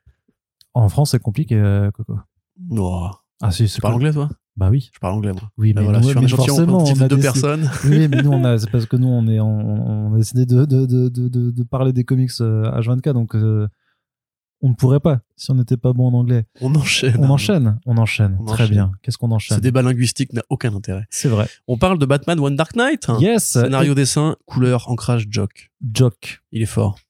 En France, c'est compliqué, Coco. Oh. Ah si, tu parles anglais, toi? Bah oui. Je parle anglais, moi. Oui, mais voilà, sur un échantillon de 2 personnes. Oui, mais nous, c'est parce que nous, on a décidé de parler des comics H24, donc on ne pourrait pas si on n'était pas bon en anglais. On enchaîne. On enchaîne. Très bien. Qu'est-ce qu'on enchaîne? Ce débat linguistique n'a aucun intérêt. C'est vrai. On parle de Batman One Dark Knight. Yes. Scénario, dessin, couleur, ancrage, Jock. Jock. Il est fort.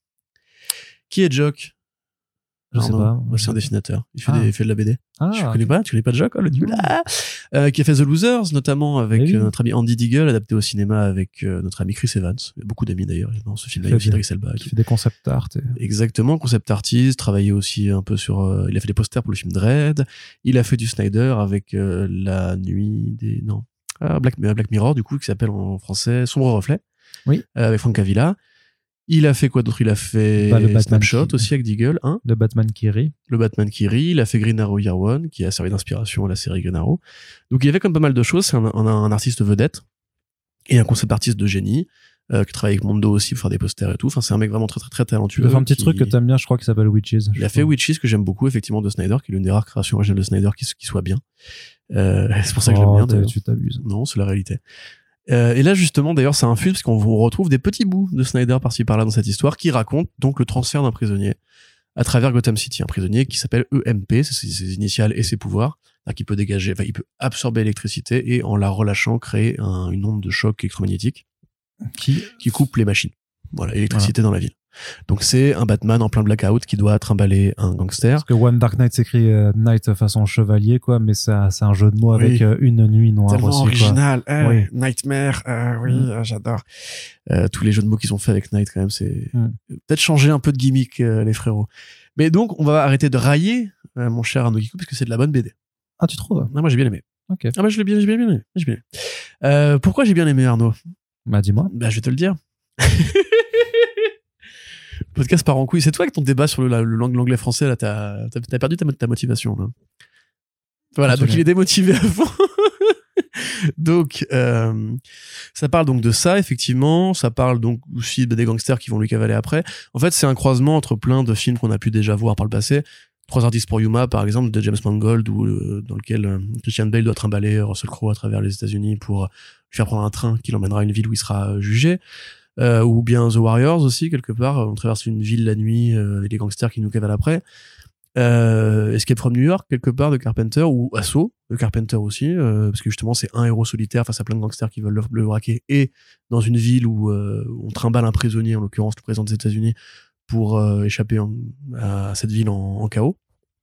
Qui est Jock? Je sais pas. C'est un dessinateur. Il fait de la BD. Tu connais pas? Tu connais pas Jock? Le nul. Qui a fait The Losers, notamment avec notre ami Andy Deagle, adapté au cinéma avec notre ami Chris Evans. Il y a beaucoup d'amis d'ailleurs dans ce film-là. Il y a aussi Idris Elba. Qui fait des concept art. Exactement, concept artist. Travaillé aussi un peu sur. Il a fait des posters pour le film Dread. Il a fait du Snyder avec La Nuit des. Non. Black Mirror, du coup, qui s'appelle en français Sombre Reflet. Oui. Avec Frank Avila. Il a fait quoi d'autre? Il a fait le Snapshot aussi avec Deagle. Le Batman qui rit. Le Batman qui rit. Il a fait Green Arrow Year One, qui a servi d'inspiration à la série Green Arrow. Donc il a fait comme pas mal de choses. C'est un artiste vedette et un concept artiste de génie qui travaille avec Mondo aussi pour faire des posters et tout. Enfin, c'est un mec vraiment très très très talentueux. Il a fait un petit truc que t'aimes bien, je crois, qui s'appelle Witches. Il a fait Witches, que j'aime beaucoup effectivement, de Snyder, qui est l'une des rares créations originales de Snyder qui soit bien. C'est pour ça que j'aime bien. Tu t'abuses. Non, c'est la réalité. Et là, justement, d'ailleurs, ça infuse parce qu'on retrouve des petits bouts de Snyder par-ci par-là dans cette histoire qui raconte donc le transfert d'un prisonnier à travers Gotham City. Un prisonnier qui s'appelle EMP, c'est ses initiales et ses pouvoirs, qui peut dégager, il peut absorber l'électricité et en la relâchant créer une onde de choc électromagnétique qui coupe les machines. Voilà, l'électricité dans la ville. Donc c'est un Batman en plein blackout qui doit trimballer un gangster. Parce que One Dark Knight s'écrit Knight façon chevalier, quoi, mais c'est un jeu de mots avec une nuit noire tellement aussi. Original, oui. Nightmare, j'adore. Tous les jeux de mots qu'ils ont fait avec Knight, quand même, c'est peut-être changer un peu de gimmick, les frérots. Mais donc, on va arrêter de railler mon cher Arnaud Kikou, parce que c'est de la bonne BD. Ah, tu trouves? Ah, moi j'ai bien aimé. Ok. Ah bah j'ai bien aimé. Pourquoi j'ai bien aimé, Arnaud? Bah dis-moi. Bah je vais te le dire. Le podcast part en couille. C'est toi avec ton débat sur l'anglais français là, t'as perdu ta motivation là. Voilà, donc il est démotivé à fond. Donc ça parle donc de ça effectivement, ça parle donc aussi des gangsters qui vont lui cavaler après. En fait, c'est un croisement entre plein de films qu'on a pu déjà voir par le passé. 3 artistes pour Yuma, par exemple, de James Mangold, dans lequel Christian Bale doit trimballer Russell Crowe à travers les États-Unis pour lui faire prendre un train qui l'emmènera à une ville où il sera jugé. Ou bien The Warriors aussi, quelque part. On traverse une ville la nuit et les gangsters qui nous cavalent après. Escape from New York, quelque part, de Carpenter, ou Assaut de Carpenter aussi, parce que justement, c'est un héros solitaire face à plein de gangsters qui veulent le braquer, et dans une ville où on trimballe un prisonnier, en l'occurrence le président des États-Unis, pour échapper à cette ville en chaos.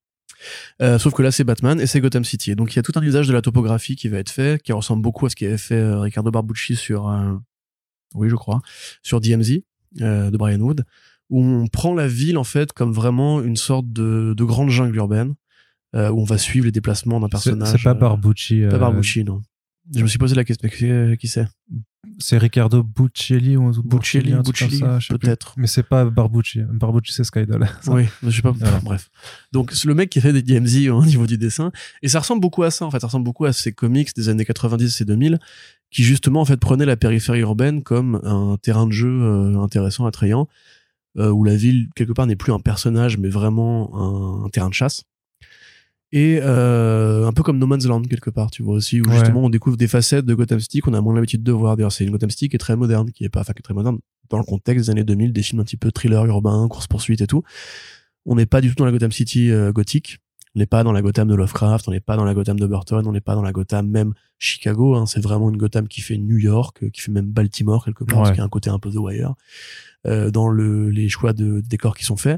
Sauf que là, c'est Batman et c'est Gotham City. Et donc, il y a tout un usage de la topographie qui va être fait, qui ressemble beaucoup à ce qu'avait fait Riccardo Barbucci sur, oui, je crois, sur DMZ de Brian Wood, où on prend la ville en fait comme vraiment une sorte de grande jungle urbaine, où on va suivre les déplacements d'un personnage. C'est pas Barbucci. Pas Barbucci, non. Je me suis posé la question, mais qui c'est? C'est Riccardo Buccelli ou Buccelli, ça, peut-être. Mais c'est pas Barbucci. Barbucci, c'est Skydal. Oui, je sais pas. Alors. Bref. Donc, c'est le mec qui a fait des DMZ au niveau du dessin. Et ça ressemble beaucoup à ça, en fait. Ça ressemble beaucoup à ces comics des années 90 et 2000 qui, justement, en fait, prenaient la périphérie urbaine comme un terrain de jeu intéressant, attrayant, où la ville, quelque part, n'est plus un personnage, mais vraiment un terrain de chasse. Et un peu comme No Man's Land quelque part, tu vois aussi, où justement on découvre des facettes de Gotham City qu'on a moins l'habitude de voir. D'ailleurs, c'est une Gotham City qui est très moderne, qui est très moderne dans le contexte des années 2000, des films un petit peu thriller urbain, course-poursuite et tout. On n'est pas du tout dans la Gotham City gothique. On n'est pas dans la Gotham de Lovecraft, on n'est pas dans la Gotham de Burton, on n'est pas dans la Gotham même Chicago. Hein, c'est vraiment une Gotham qui fait New York, qui fait même Baltimore quelque part, parce qu'il y a un côté un peu The Wire dans les choix de décors qui sont faits.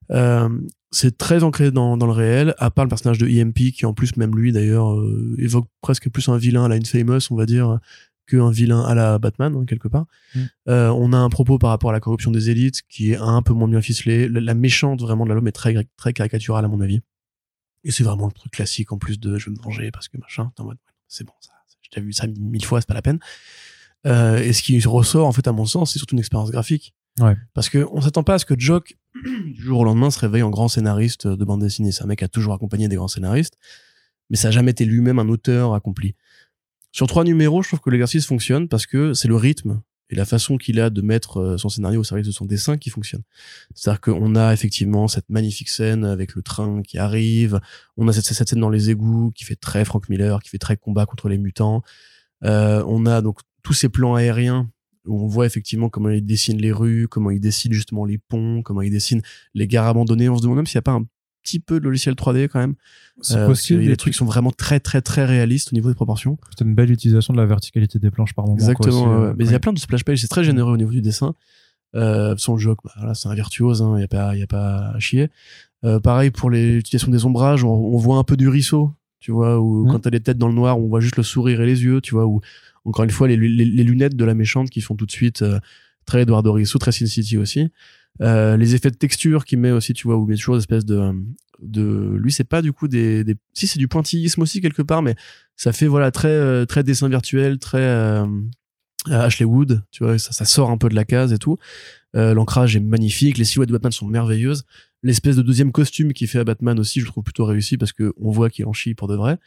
C'est très ancré dans le réel, à part le personnage de EMP qui en plus même lui d'ailleurs évoque presque plus un vilain à la Infamous on va dire qu'un vilain à la Batman hein, quelque part. On a un propos par rapport à la corruption des élites qui est un peu moins bien ficelé. La méchante vraiment de la l'homme est très caricaturale à mon avis et c'est vraiment le truc classique en plus de je vais me venger parce que machin t'es en mode c'est bon ça j'ai déjà vu ça 1000 fois c'est pas la peine et ce qui ressort en fait à mon sens c'est surtout une expérience graphique. Ouais. Parce que on s'attend pas à ce que Jock du jour au lendemain se réveille en grand scénariste de bande dessinée. C'est un mec qui a toujours accompagné des grands scénaristes, mais ça a jamais été lui-même un auteur accompli. Sur 3 numéros, je trouve que l'exercice fonctionne parce que c'est le rythme et la façon qu'il a de mettre son scénario au service de son dessin qui fonctionne. C'est-à-dire qu'on a effectivement cette magnifique scène avec le train qui arrive, on a cette scène dans les égouts qui fait très Frank Miller, qui fait très combat contre les mutants. On a donc tous ces plans aériens où on voit effectivement comment il dessine les rues, comment il dessine justement les ponts, comment il dessine les gares abandonnées. On se demande même s'il n'y a pas un petit peu de logiciel 3D quand même. C'est possible. Les trucs sont vraiment très très très réalistes au niveau des proportions. C'est une belle utilisation de la verticalité des planches par moment. Exactement. Quoi, aussi, mais il y a plein de splash pages, c'est très généreux au niveau du dessin. Son jeu, voilà, c'est un virtuose, il y a pas à chier. Pareil pour l'utilisation des ombrages, on voit un peu du ruisseau, tu vois, où quand t'as les têtes dans le noir, on voit juste le sourire et les yeux, tu vois, où encore une fois les lunettes de la méchante qui font tout de suite très Eduardo Risso, très Sin City aussi. Les effets de texture qu'il met aussi, tu vois, où il met toujours des espèces de lui c'est pas du coup si c'est du pointillisme aussi quelque part, mais ça fait voilà très très dessin virtuel, très Ashley Wood, tu vois, ça sort un peu de la case et tout. L'ancrage est magnifique, les silhouettes de Batman sont merveilleuses. L'espèce de deuxième costume qu'il fait à Batman aussi, je le trouve plutôt réussi parce que on voit qu'il en chie pour de vrai.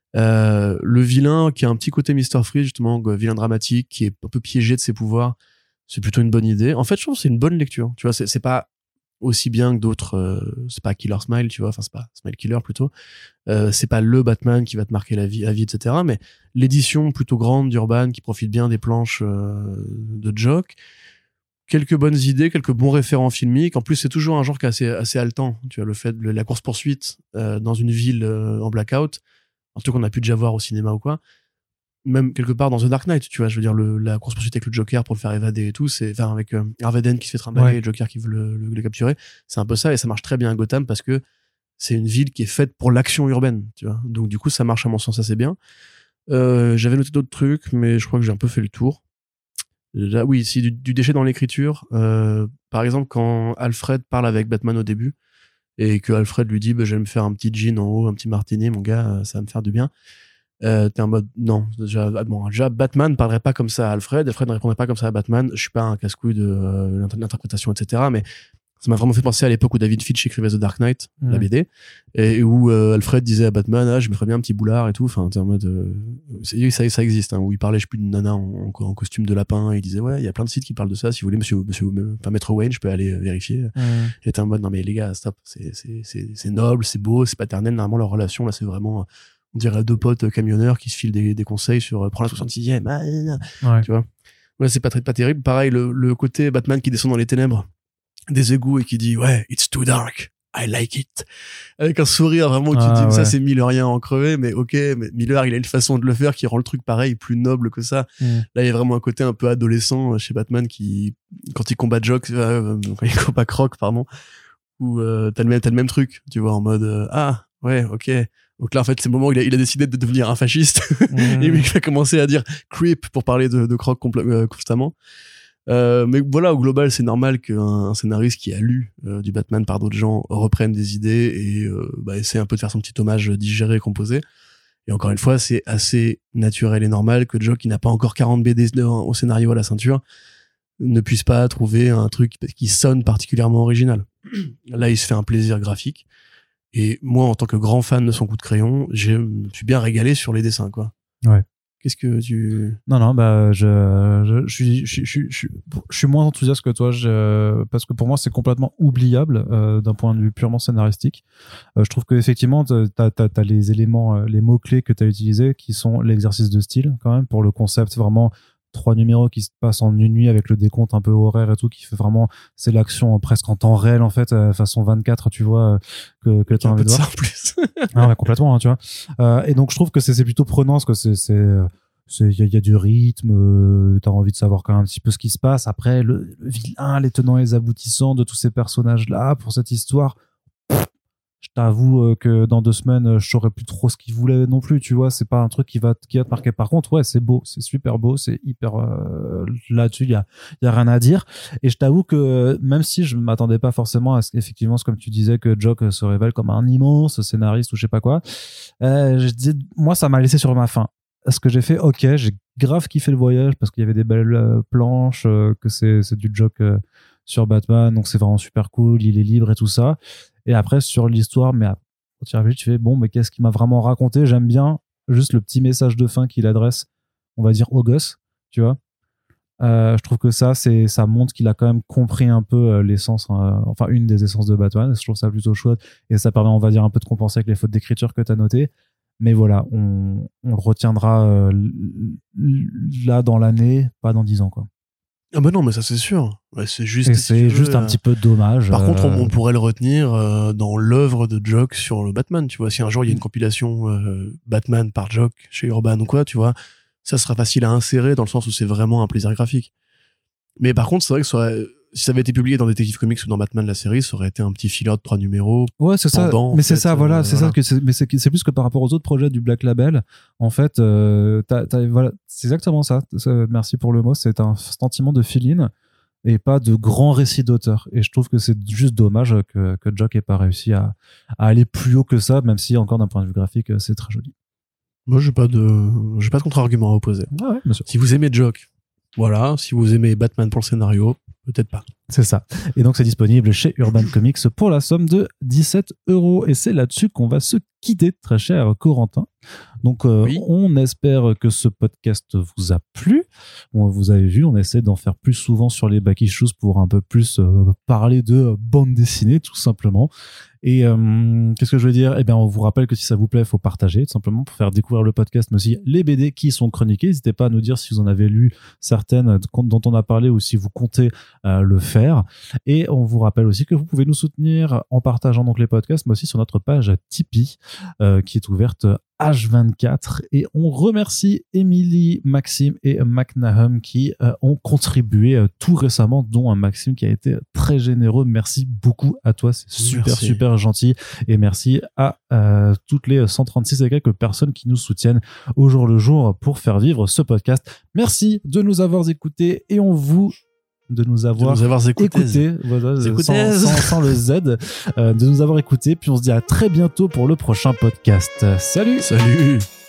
Le vilain qui a un petit côté Mr. Freeze justement, vilain dramatique qui est un peu piégé de ses pouvoirs, c'est plutôt une bonne idée. En fait, je trouve que c'est une bonne lecture. Tu vois, c'est pas aussi bien que d'autres. C'est pas Killer Smile, tu vois. Enfin, c'est pas Smile Killer plutôt. C'est pas le Batman qui va te marquer la vie à vie, etc. Mais l'édition plutôt grande d'Urban qui profite bien des planches de Jock. Quelques bonnes idées, quelques bons référents filmiques. En plus, c'est toujours un genre qui est assez haletant. Tu vois, le fait de la course-poursuite dans une ville en blackout, un truc qu'on a pu déjà voir au cinéma ou quoi. Même quelque part dans The Dark Knight, tu vois, je veux dire, la course-poursuite avec le Joker pour le faire évader et tout, enfin, avec Harvey Dent qui se fait trimballer et le Joker qui veut le capturer. C'est un peu ça, et ça marche très bien à Gotham parce que c'est une ville qui est faite pour l'action urbaine, tu vois. Donc, du coup, ça marche à mon sens assez bien. J'avais noté d'autres trucs, mais je crois que j'ai un peu fait le tour. Là, oui, si du déchet dans l'écriture. Par exemple, quand Alfred parle avec Batman au début et que Alfred lui dit je vais me faire un petit gin en haut, un petit martini, mon gars, ça va me faire du bien. T'es en mode non, déjà Batman ne parlerait pas comme ça à Alfred ne répondrait pas comme ça à Batman. Je suis pas un casse-couille de l'interprétation, etc. Mais ça m'a vraiment fait penser à l'époque où David Finch écrivait The Dark Knight, la BD, et où Alfred disait à Batman je me ferais bien un petit boulard et tout. Enfin, t'es en mode ça existe, hein, où il parlait, je sais plus, d'une nana en costume de lapin, et il disait il y a plein de sites qui parlent de ça, si vous voulez, monsieur Maître Wayne, je peux aller vérifier. Et t'es en mode non mais les gars, stop, c'est noble, c'est beau, c'est paternel. Normalement leur relation là, c'est vraiment, on dirait 2 potes camionneurs qui se filent des conseils sur prends la 66e, tu vois. Ouais, c'est pas terrible. Pareil, le côté Batman qui descend dans les ténèbres des égouts et qui dit it's too dark, I like it, avec un sourire vraiment où tu te dis ça c'est Millerien en crevé, mais ok, mais Miller il a une façon de le faire qui rend le truc pareil plus noble que ça. Là il y a vraiment un côté un peu adolescent chez Batman qui, quand il combat Jock, quand il combat Croc, pardon, où t'as le même truc, tu vois, en mode Ouais, ok. Donc là, en fait, c'est le moment où il a décidé de devenir un fasciste. Et lui, il a commencé à dire creep pour parler de Croc constamment. Mais voilà, au global, c'est normal qu'un scénariste qui a lu du Batman par d'autres gens reprenne des idées et essaie un peu de faire son petit hommage digéré et composé. Et encore une fois, c'est assez naturel et normal que Jock, qui n'a pas encore 40 BD au scénario à la ceinture, ne puisse pas trouver un truc qui sonne particulièrement original. Là, il se fait un plaisir graphique. Et moi, en tant que grand fan de son coup de crayon, je me suis bien régalé sur les dessins, quoi. Ouais. Qu'est-ce que tu... Non, bah, je suis moins enthousiaste que toi, parce que pour moi, c'est complètement oubliable d'un point de vue purement scénaristique. Je trouve que effectivement, t'as les éléments, les mots-clés que t'as utilisés, qui sont l'exercice de style, quand même, pour le concept vraiment 3 numéros qui se passent en une nuit avec le décompte un peu horaire et tout, qui fait vraiment, c'est l'action presque en temps réel, en fait, façon 24, tu vois, que t'as envie de voir. Ça en plus. Ah ouais, complètement, hein, tu vois. Et donc, je trouve que c'est plutôt prenant, parce que il y a du rythme, t'as envie de savoir quand même un petit peu ce qui se passe. Après, le vilain, les tenants et les aboutissants de tous ces personnages-là, pour cette histoire, je t'avoue que dans 2 semaines, je saurais plus trop ce qu'il voulait non plus, tu vois. C'est pas un truc qui va te marquer. Par contre, ouais, c'est beau, c'est super beau, c'est hyper là-dessus, il y a rien à dire. Et je t'avoue que même si je m'attendais pas forcément à ce qu'effectivement, comme tu disais, que Jock se révèle comme un immense scénariste ou je sais pas quoi, je disais, moi, ça m'a laissé sur ma faim. Ce que j'ai fait, ok, j'ai grave kiffé le voyage parce qu'il y avait des belles planches, que c'est du Jock sur Batman, donc c'est vraiment super cool, il est libre et tout ça. Et après, sur l'histoire, mais quand tu réfléchis, tu fais, bon, mais qu'est-ce qu'il m'a vraiment raconté? J'aime bien juste le petit message de fin qu'il adresse, on va dire, aux gosses, tu vois. Je trouve que ça montre qu'il a quand même compris un peu l'essence, enfin, une des essences de Batman. Je trouve ça plutôt chouette. Et ça permet, on va dire, un peu de compenser avec les fautes d'écriture que tu as notées. Mais voilà, on le retiendra là dans l'année, pas dans 10 ans, quoi. Ah bah non, mais ça c'est sûr. Ouais, c'est juste. Et c'est juste un petit peu dommage. Par contre, on pourrait le retenir dans l'œuvre de Jock sur le Batman. Tu vois, si un jour il y a une compilation Batman par Jock chez Urban ou quoi, tu vois, ça sera facile à insérer dans le sens où c'est vraiment un plaisir graphique. Mais par contre, c'est vrai que si ça avait été publié dans Detective Comics ou dans Batman la série, ça aurait été un petit filler de 3 numéros. Ouais, c'est ça. Mais c'est ça, voilà, c'est ça que c'est plus que par rapport aux autres projets du Black Label. En fait, voilà, c'est exactement ça. Merci pour le mot. C'est un sentiment de fill-in et pas de grand récit d'auteur. Et je trouve que c'est juste dommage que Jock ait pas réussi à aller plus haut que ça, même si encore d'un point de vue graphique, c'est très joli. Moi, j'ai pas de contre-argument à opposer. Ah ouais, bien sûr. Si vous aimez Jock, voilà. Si vous aimez Batman pour le scénario, peut-être pas. C'est ça. Et donc, c'est disponible chez Urban Comics pour la somme de 17 €. Et c'est là-dessus qu'on va se quitter, très cher Corentin. Donc, oui. On espère que ce podcast vous a plu. Vous avez vu, on essaie d'en faire plus souvent sur les Back Issues pour un peu plus parler de bande dessinée, tout simplement. Et qu'est-ce que je veux dire? Eh bien, on vous rappelle que si ça vous plaît, il faut partager, tout simplement, pour faire découvrir le podcast, mais aussi les BD qui sont chroniqués. N'hésitez pas à nous dire si vous en avez lu certaines dont on a parlé ou si vous comptez le faire. Et on vous rappelle aussi que vous pouvez nous soutenir en partageant donc les podcasts, mais aussi sur notre page Tipeee, qui est ouverte H24. Et on remercie Émilie, Maxime et McNahum qui ont contribué tout récemment, dont un Maxime qui a été très généreux. Merci beaucoup à toi, c'est super gentil. Et merci à toutes les 136 et quelques personnes qui nous soutiennent au jour le jour pour faire vivre ce podcast. Merci de nous avoir écoutés et on vous de nous avoir écouté voilà, sans le Z, de nous avoir écouté. Puis on se dit à très bientôt pour le prochain podcast. Salut.